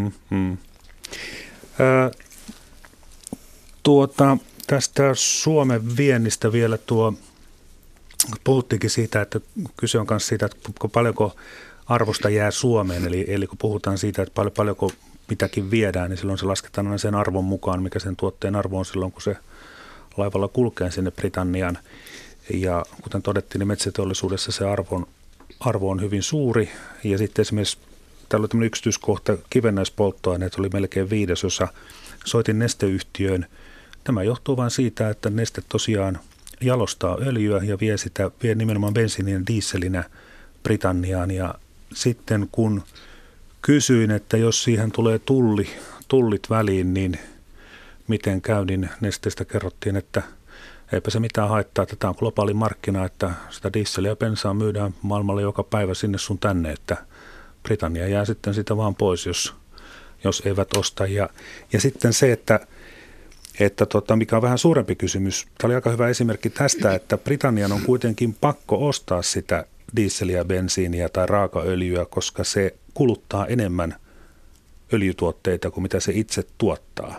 Tästä Suomen viennistä vielä puhuttiinkin siitä, että kyse on myös siitä, että paljonko arvosta jää Suomeen, eli kun puhutaan siitä, että paljonko mitäkin viedään, niin silloin se lasketaan aina sen arvon mukaan, mikä sen tuotteen arvo on silloin, kun se laivalla kulkee sinne Britanniaan. Ja kuten todettiin, niin metsäteollisuudessa se arvo on hyvin suuri. Ja sitten esimerkiksi täällä oli tämmöinen yksityiskohta, kivennäispolttoaineet oli melkein 1/5. Soitin Neste-yhtiöön. Tämä johtuu vain siitä, että Neste tosiaan jalostaa öljyä ja vie nimenomaan bensiinin ja dieselinä Britanniaan. Ja sitten kun kysyin, että jos siihen tulee tullit väliin, niin miten käy, niin Nesteestä kerrottiin, että eipä se mitään haittaa, että tämä on globaali markkina, että sitä dieseliä ja bensaa myydään maailmalle joka päivä sinne sun tänne, että Britannia jää sitten sitä vaan pois, jos eivät osta. Ja sitten se, että mikä on vähän suurempi kysymys, tämä oli aika hyvä esimerkki tästä, että Britannian on kuitenkin pakko ostaa sitä dieseliä, bensiiniä tai raakaöljyä, koska se kuluttaa enemmän öljytuotteita kuin mitä se itse tuottaa.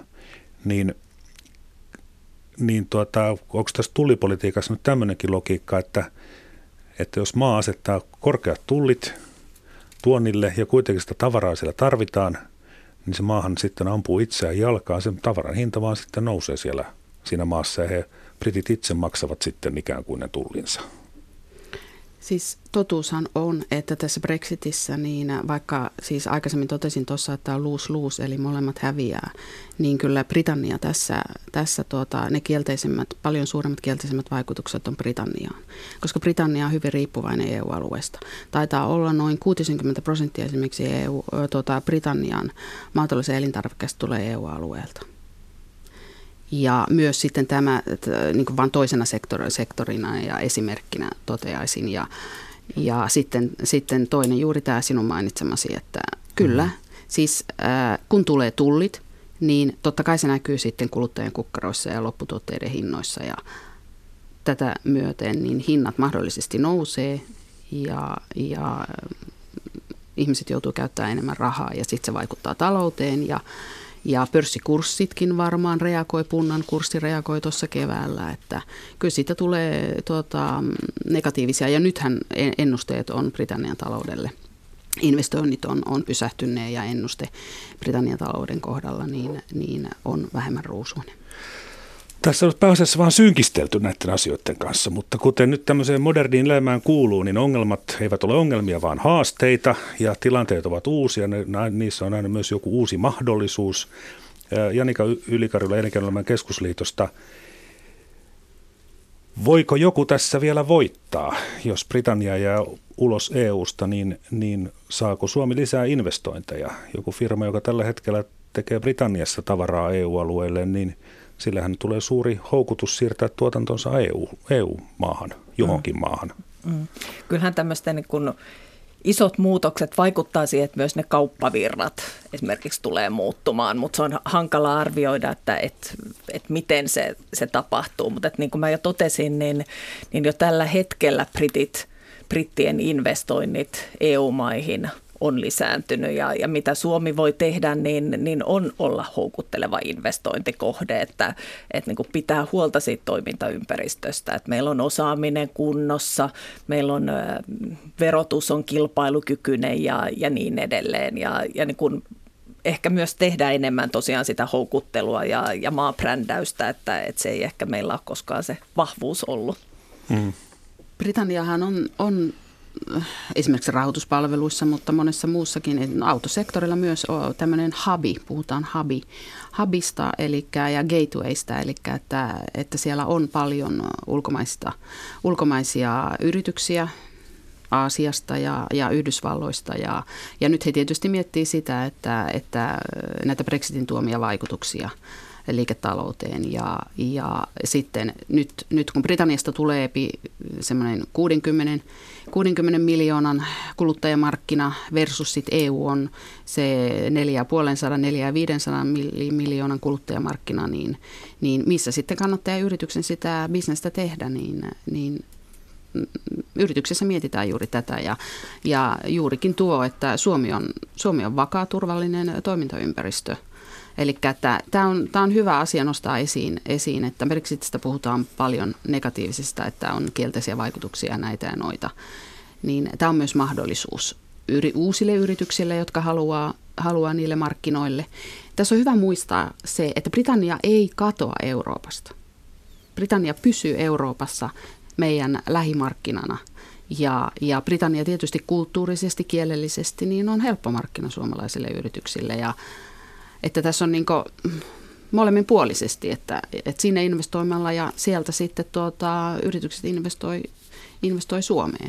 Onko tässä tullipolitiikassa nyt tämmöinenkin logiikka, että jos maa asettaa korkeat tullit tuonnille ja kuitenkin sitä tavaraa siellä tarvitaan, niin se maahan sitten ampuu itseään jalkaan. Sen tavaran hinta vaan sitten nousee siinä maassa ja britit itse maksavat sitten ikään kuin ne tullinsa. Siis totuushan on, että tässä Brexitissä, niin vaikka siis aikaisemmin totesin tuossa, että on lose-lose, eli molemmat häviää, niin kyllä Britannia tässä ne paljon suuremmat kielteisemmät vaikutukset on Britanniaan, koska Britannia on hyvin riippuvainen EU-alueesta. Taitaa olla noin 60% esimerkiksi Britannian maatalous- ja elintarvikkeesta tulee EU-alueelta. Ja myös sitten tämä niin kuin vain toisena sektorina ja esimerkkinä toteaisin. Ja sitten toinen juuri tämä sinun mainitsemasi, että kyllä, siis kun tulee tullit, niin totta kai se näkyy sitten kuluttajien kukkaroissa ja lopputuotteiden hinnoissa. Ja tätä myöten niin hinnat mahdollisesti nousee ja ihmiset joutuu käyttämään enemmän rahaa ja sitten se vaikuttaa talouteen ja pörssikurssitkin varmaan reagoi, punnan kurssi reagoi tuossa keväällä, että kyllä siitä tulee negatiivisia. Ja nythän ennusteet on Britannian taloudelle. Investoinnit on pysähtyneet ja ennuste Britannian talouden kohdalla niin on vähemmän ruusuinen. Tässä on pääasiassa vaan synkistelty näiden asioiden kanssa, mutta kuten nyt tämmöiseen moderniin elämään kuuluu, niin ongelmat eivät ole ongelmia, vaan haasteita ja tilanteet ovat uusia. Niissä on aina myös joku uusi mahdollisuus. Janika Ylikarjula Elinkeinoelämän keskusliitosta. Voiko joku tässä vielä voittaa, jos Britannia jää ulos EUsta, niin saako Suomi lisää investointeja? Joku firma, joka tällä hetkellä tekee Britanniassa tavaraa EU-alueelle, niin sillähän tulee suuri houkutus siirtää tuotantonsa EU-maahan, johonkin maahan. Kyllähän tämmöisten niin kun isot muutokset vaikuttaa siihen, että myös ne kauppavirrat esimerkiksi tulee muuttumaan, mutta se on hankala arvioida, että miten se tapahtuu. Mutta niin kuin mä jo totesin, niin jo tällä hetkellä brittien investoinnit EU-maihin on lisääntynyt ja mitä Suomi voi tehdä, niin on olla houkutteleva investointikohde, että niin kuin pitää huolta siitä toimintaympäristöstä, että meillä on osaaminen kunnossa, meillä on verotus on kilpailukykyinen ja niin edelleen ja niin kuin ehkä myös tehdään enemmän tosiaan sitä houkuttelua ja maabrändäystä, että se ei ehkä meillä ole koskaan se vahvuus ollut. Britanniahan on esimerkiksi rahoituspalveluissa, mutta monessa muussakin. Autosektorilla myös on tämmöinen hubi, puhutaan hubista ja gatewaysta, eli että siellä on paljon ulkomaisia yrityksiä Aasiasta ja Yhdysvalloista. Ja nyt he tietysti miettii sitä, että näitä Brexitin tuomia vaikutuksia liiketalouteen. Ja sitten nyt kun Britanniasta tulee semmoinen 60 miljoonan kuluttajamarkkina versus sit EU on se 450 miljoonan kuluttajamarkkina, niin missä sitten kannattaa yrityksen sitä bisnestä tehdä, niin yrityksessä mietitään juuri tätä ja juurikin tuo, että Suomi on vakaa, turvallinen toimintaympäristö. Eli tämä on hyvä asia nostaa esiin, että Brexitistä puhutaan paljon negatiivisesta, että on kielteisiä vaikutuksia näitä ja noita. Niin tämä on myös mahdollisuus uusille yrityksille, jotka haluaa niille markkinoille. Tässä on hyvä muistaa se, että Britannia ei katoa Euroopasta. Britannia pysyy Euroopassa meidän lähimarkkinana. Ja Britannia tietysti kulttuurisesti, kielellisesti niin on helppo markkina suomalaisille yrityksille. Ja että tässä on niin kuin molemminpuolisesti, että sinne investoimalla ja sieltä sitten yritykset investoi Suomeen.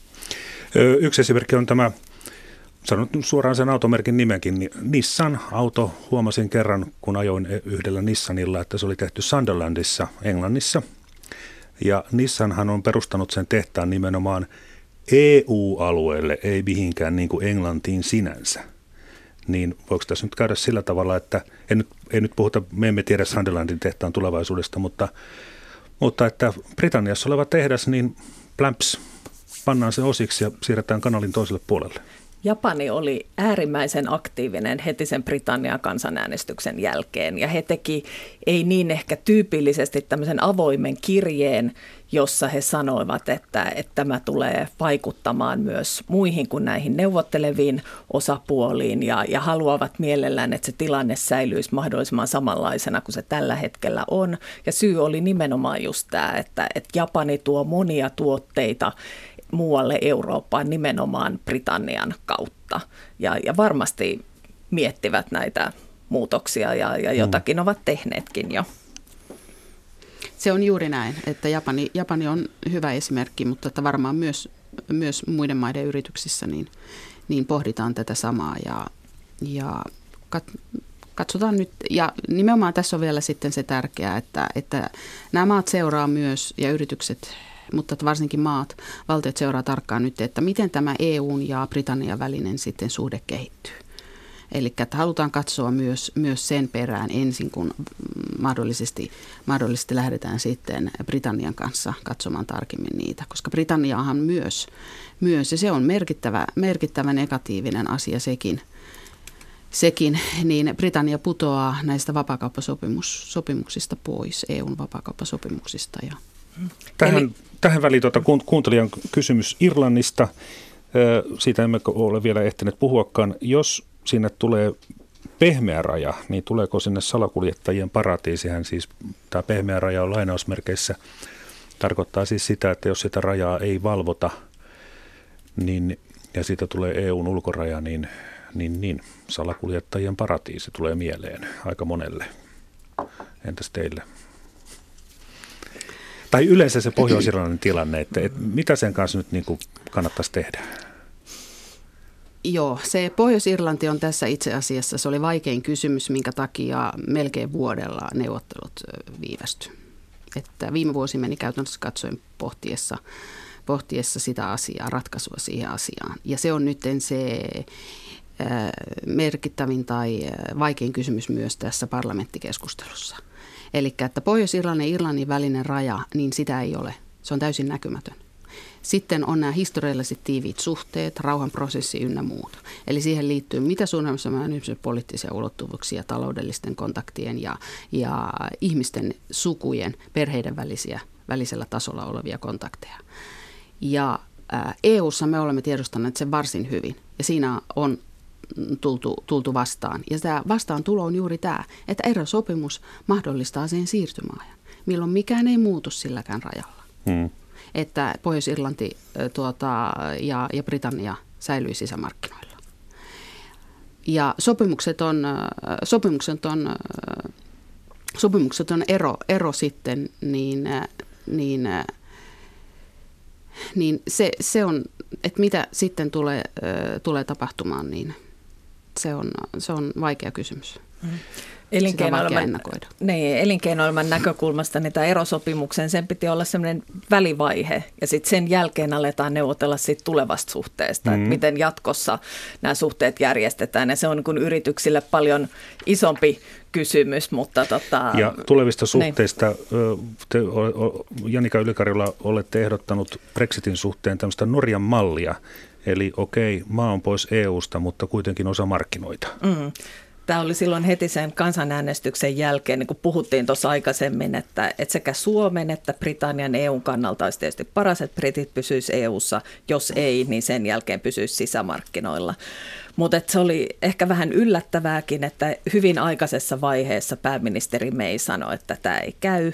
Yksi esimerkki on tämä, sanon suoraan sen automerkin nimenkin, niin Nissan-auto. Huomasin kerran, kun ajoin yhdellä Nissanilla, että se oli tehty Sunderlandissa, Englannissa. Ja Nissanhan on perustanut sen tehtaan nimenomaan EU-alueelle, ei mihinkään niin kuin Englantiin sinänsä. Niin voiko tässä nyt käydä sillä tavalla, että ei nyt puhuta, me emme tiedä Sunderlandin tehtaan tulevaisuudesta, mutta että Britanniassa oleva tehdas, niin plämps, pannaan se osiksi ja siirretään kanalin toiselle puolelle. Japani oli äärimmäisen aktiivinen heti sen Britannian kansanäänestyksen jälkeen ja he teki ei niin ehkä tyypillisesti tämmöisen avoimen kirjeen, jossa he sanoivat, että tämä tulee vaikuttamaan myös muihin kuin näihin neuvotteleviin osapuoliin ja haluavat mielellään, että se tilanne säilyisi mahdollisimman samanlaisena kuin se tällä hetkellä on. Ja syy oli nimenomaan just tämä, että Japani tuo monia tuotteita muualle Eurooppaan nimenomaan Britannian kautta ja varmasti miettivät näitä muutoksia ja jotakin ovat tehneetkin jo. Se on juuri näin, että Japani on hyvä esimerkki, mutta että varmaan myös muiden maiden yrityksissä niin pohditaan tätä samaa ja katsotaan nyt. Ja nimenomaan tässä on vielä sitten se tärkeää, että nämä maat seuraa myös ja yritykset, mutta varsinkin valtiot seuraa tarkkaan nyt, että miten tämä EUn ja Britannian välinen sitten suhde kehittyy. Eli että halutaan katsoa myös sen perään ensin, kun mahdollisesti lähdetään sitten Britannian kanssa katsomaan tarkemmin niitä. Koska Britanniahan myös ja se on merkittävä negatiivinen asia sekin, niin Britannia putoaa näistä vapaakauppasopimuksista pois, EUn vapaakauppasopimuksista. Tähän väliin kuuntelijan kysymys Irlannista. Siitä emme ole vielä ehtineet puhuakaan. Jos sinne tulee pehmeä raja, niin tuleeko sinne salakuljettajien paratiisihän? Siis tämä pehmeä raja on lainausmerkeissä. Tarkoittaa siis sitä, että jos sitä rajaa ei valvota ja siitä tulee EUn ulkoraja, niin salakuljettajien paratiisi tulee mieleen aika monelle. Entäs teille? Tai yleensä se Pohjois-Irlannin tilanne, että mitä sen kanssa nyt niin kuin kannattaisi tehdä? Joo, se Pohjois-Irlanti on tässä itse asiassa, se oli vaikein kysymys, minkä takia melkein vuodella neuvottelut viivästyi. Että viime vuosi meni käytännössä katsoen pohtiessa sitä asiaa, ratkaisua siihen asiaan. Ja se on nyt se merkittävin tai vaikein kysymys myös tässä parlamenttikeskustelussa. Eli että Pohjois-Irlannin ja Irlannin välinen raja, niin sitä ei ole. Se on täysin näkymätön. Sitten on nämä historialliset tiiviit suhteet, rauhanprosessi ynnä muuta. Eli siihen liittyy mitä suunnitelmassa poliittisia ulottuvuuksia, taloudellisten kontaktien ja ihmisten sukujen, perheiden välisellä tasolla olevia kontakteja. Ja EU:ssa me olemme tiedostaneet sen varsin hyvin ja siinä on tultu vastaan. Ja tämä vastaantulo on juuri tämä, että erosopimus mahdollistaa sen siirtymäajan, milloin mikään ei muutu silläkään rajalla. että Pohjois-Irlanti ja Britannia säilyy sisämarkkinoilla. Ja sopimukset on ero sitten, niin se on, että mitä sitten tulee tapahtumaan, niin se on vaikea kysymys. Elinkeinoelämän näkökulmasta niin tämä erosopimuksen, sen piti olla sellainen välivaihe ja sitten sen jälkeen aletaan neuvotella siitä tulevasta suhteesta, että miten jatkossa nämä suhteet järjestetään ja se on niin kuin yrityksille paljon isompi kysymys. Mutta ja tulevista suhteista te, Janika Yli-Karjula, olette ehdottanut Brexitin suhteen tämmöistä Norjan mallia, eli okei, maa on pois EUsta, mutta kuitenkin osa markkinoita. Tämä oli silloin heti sen kansanäänestyksen jälkeen, niin kuin puhuttiin tuossa aikaisemmin, että sekä Suomen että Britannian EUn kannalta olisi tietysti paras, että britit pysyisi EUssa. Jos ei, niin sen jälkeen pysyisi sisämarkkinoilla. Mutta se oli ehkä vähän yllättävääkin, että hyvin aikaisessa vaiheessa pääministeri May sanoi, että tämä ei käy.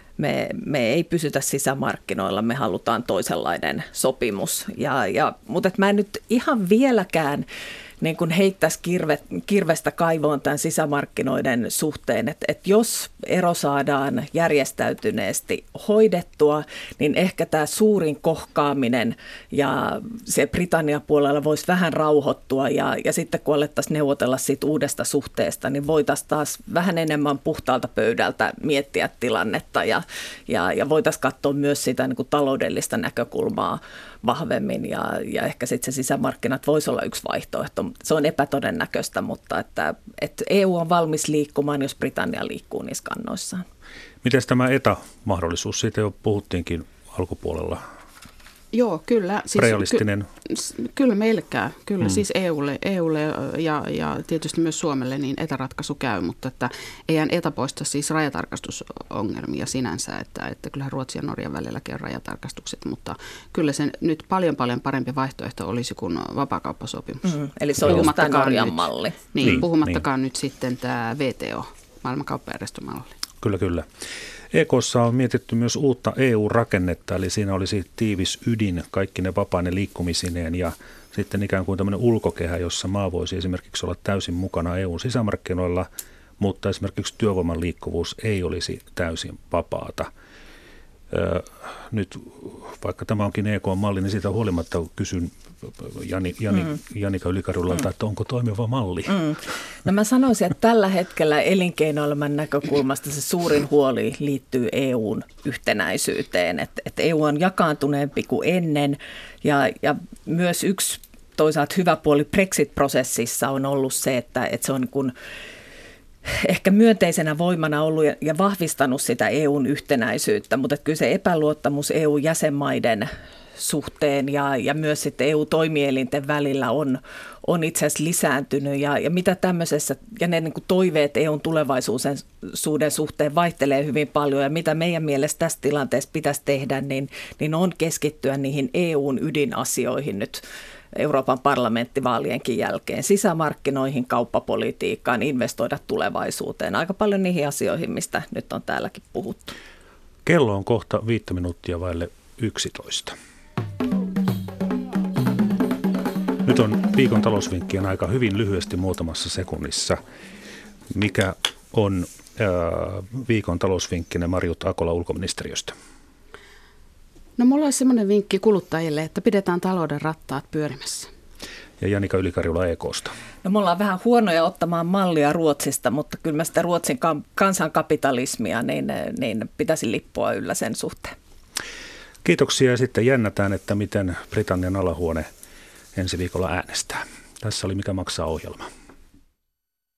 Me ei pysytä sisämarkkinoilla, me halutaan toisenlainen sopimus. Mutta mä en nyt ihan vieläkään niin kun heittäisi kirvestä kaivoon tämän sisämarkkinoiden suhteen, että jos ero saadaan järjestäytyneesti hoidettua, niin ehkä tämä suurin kohkaaminen ja se Britannian puolella voisi vähän rauhoittua ja sitten kun alettaisiin neuvotella siitä uudesta suhteesta, niin voitaisiin taas vähän enemmän puhtaalta pöydältä miettiä tilannetta ja voitaisiin katsoa myös sitä niin kuin taloudellista näkökulmaa vahvemmin ja ehkä sitten se sisämarkkinat voisi olla yksi vaihtoehto. Se on epätodennäköistä, mutta että EU on valmis liikkumaan, jos Britannia liikkuu niissä kannoissaan. Miten tämä etämahdollisuus, siitä jo puhuttiinkin alkupuolella? Joo, kyllä. Siis realistinen. Kyllä meille käy. Kyllä siis EUlle ja tietysti myös Suomelle niin etäratkaisu käy, mutta että eihän etä poista siis rajatarkastusongelmia sinänsä, että kyllähän Ruotsin ja Norjan välilläkin on rajatarkastukset, mutta kyllä se nyt paljon parempi vaihtoehto olisi kuin vapaakauppasopimus. Eli se on just tämä Norjan malli. Niin, puhumattakaan nyt sitten tämä VTO, maailmankauppajärjestömalli. Kyllä. EK:ssa on mietitty myös uutta EU-rakennetta, eli siinä olisi tiivis ydin kaikkine vapaine liikkumisineen ja sitten ikään kuin tämmöinen ulkokehä, jossa maa voisi esimerkiksi olla täysin mukana EUn sisämarkkinoilla, mutta esimerkiksi työvoiman liikkuvuus ei olisi täysin vapaata. Nyt vaikka tämä onkin EK-malli, niin siitä huolimatta kysyn Janika Yli-Karjulalta, että onko toimiva malli? No mä sanoisin, että tällä hetkellä elinkeinoelämän näkökulmasta se suurin huoli liittyy EUn yhtenäisyyteen, että EU on jakaantuneempi kuin ennen ja myös yksi toisaalta hyvä puoli Brexit-prosessissa on ollut se, että se on niin kuin ehkä myönteisenä voimana ollut ja vahvistanut sitä EUn yhtenäisyyttä, mutta kyllä se epäluottamus EU-jäsenmaiden suhteen ja myös sitten EU-toimielinten välillä on itse asiassa lisääntynyt ja mitä tämmöisessä, ja ne niin kuin toiveet EUn tulevaisuuden suhteen vaihtelee hyvin paljon ja mitä meidän mielestä tässä tilanteessa pitäisi tehdä, niin on keskittyä niihin EUn ydinasioihin nyt Euroopan parlamenttivaalienkin jälkeen, sisämarkkinoihin, kauppapolitiikkaan, investoida tulevaisuuteen. Aika paljon niihin asioihin, mistä nyt on täälläkin puhuttu. Kello on kohta 5 minuuttia vaille 11. Nyt on viikon talousvinkkien aika hyvin lyhyesti muutamassa sekunnissa. Mikä on viikon talousvinkkinen Marjut Akola ulkoministeriöstä? No mulla olisi semmoinen vinkki kuluttajille, että pidetään talouden rattaat pyörimässä. Ja Janika Yli-Karjula EK:sta. No me ollaan vähän huonoja ottamaan mallia Ruotsista, mutta kyllä mä sitä Ruotsin kansankapitalismia niin pitäisi lippua yllä sen suhteen. Kiitoksia ja sitten jännätään, että miten Britannian alahuone ensi viikolla äänestää. Tässä oli Mikä maksaa -ohjelma.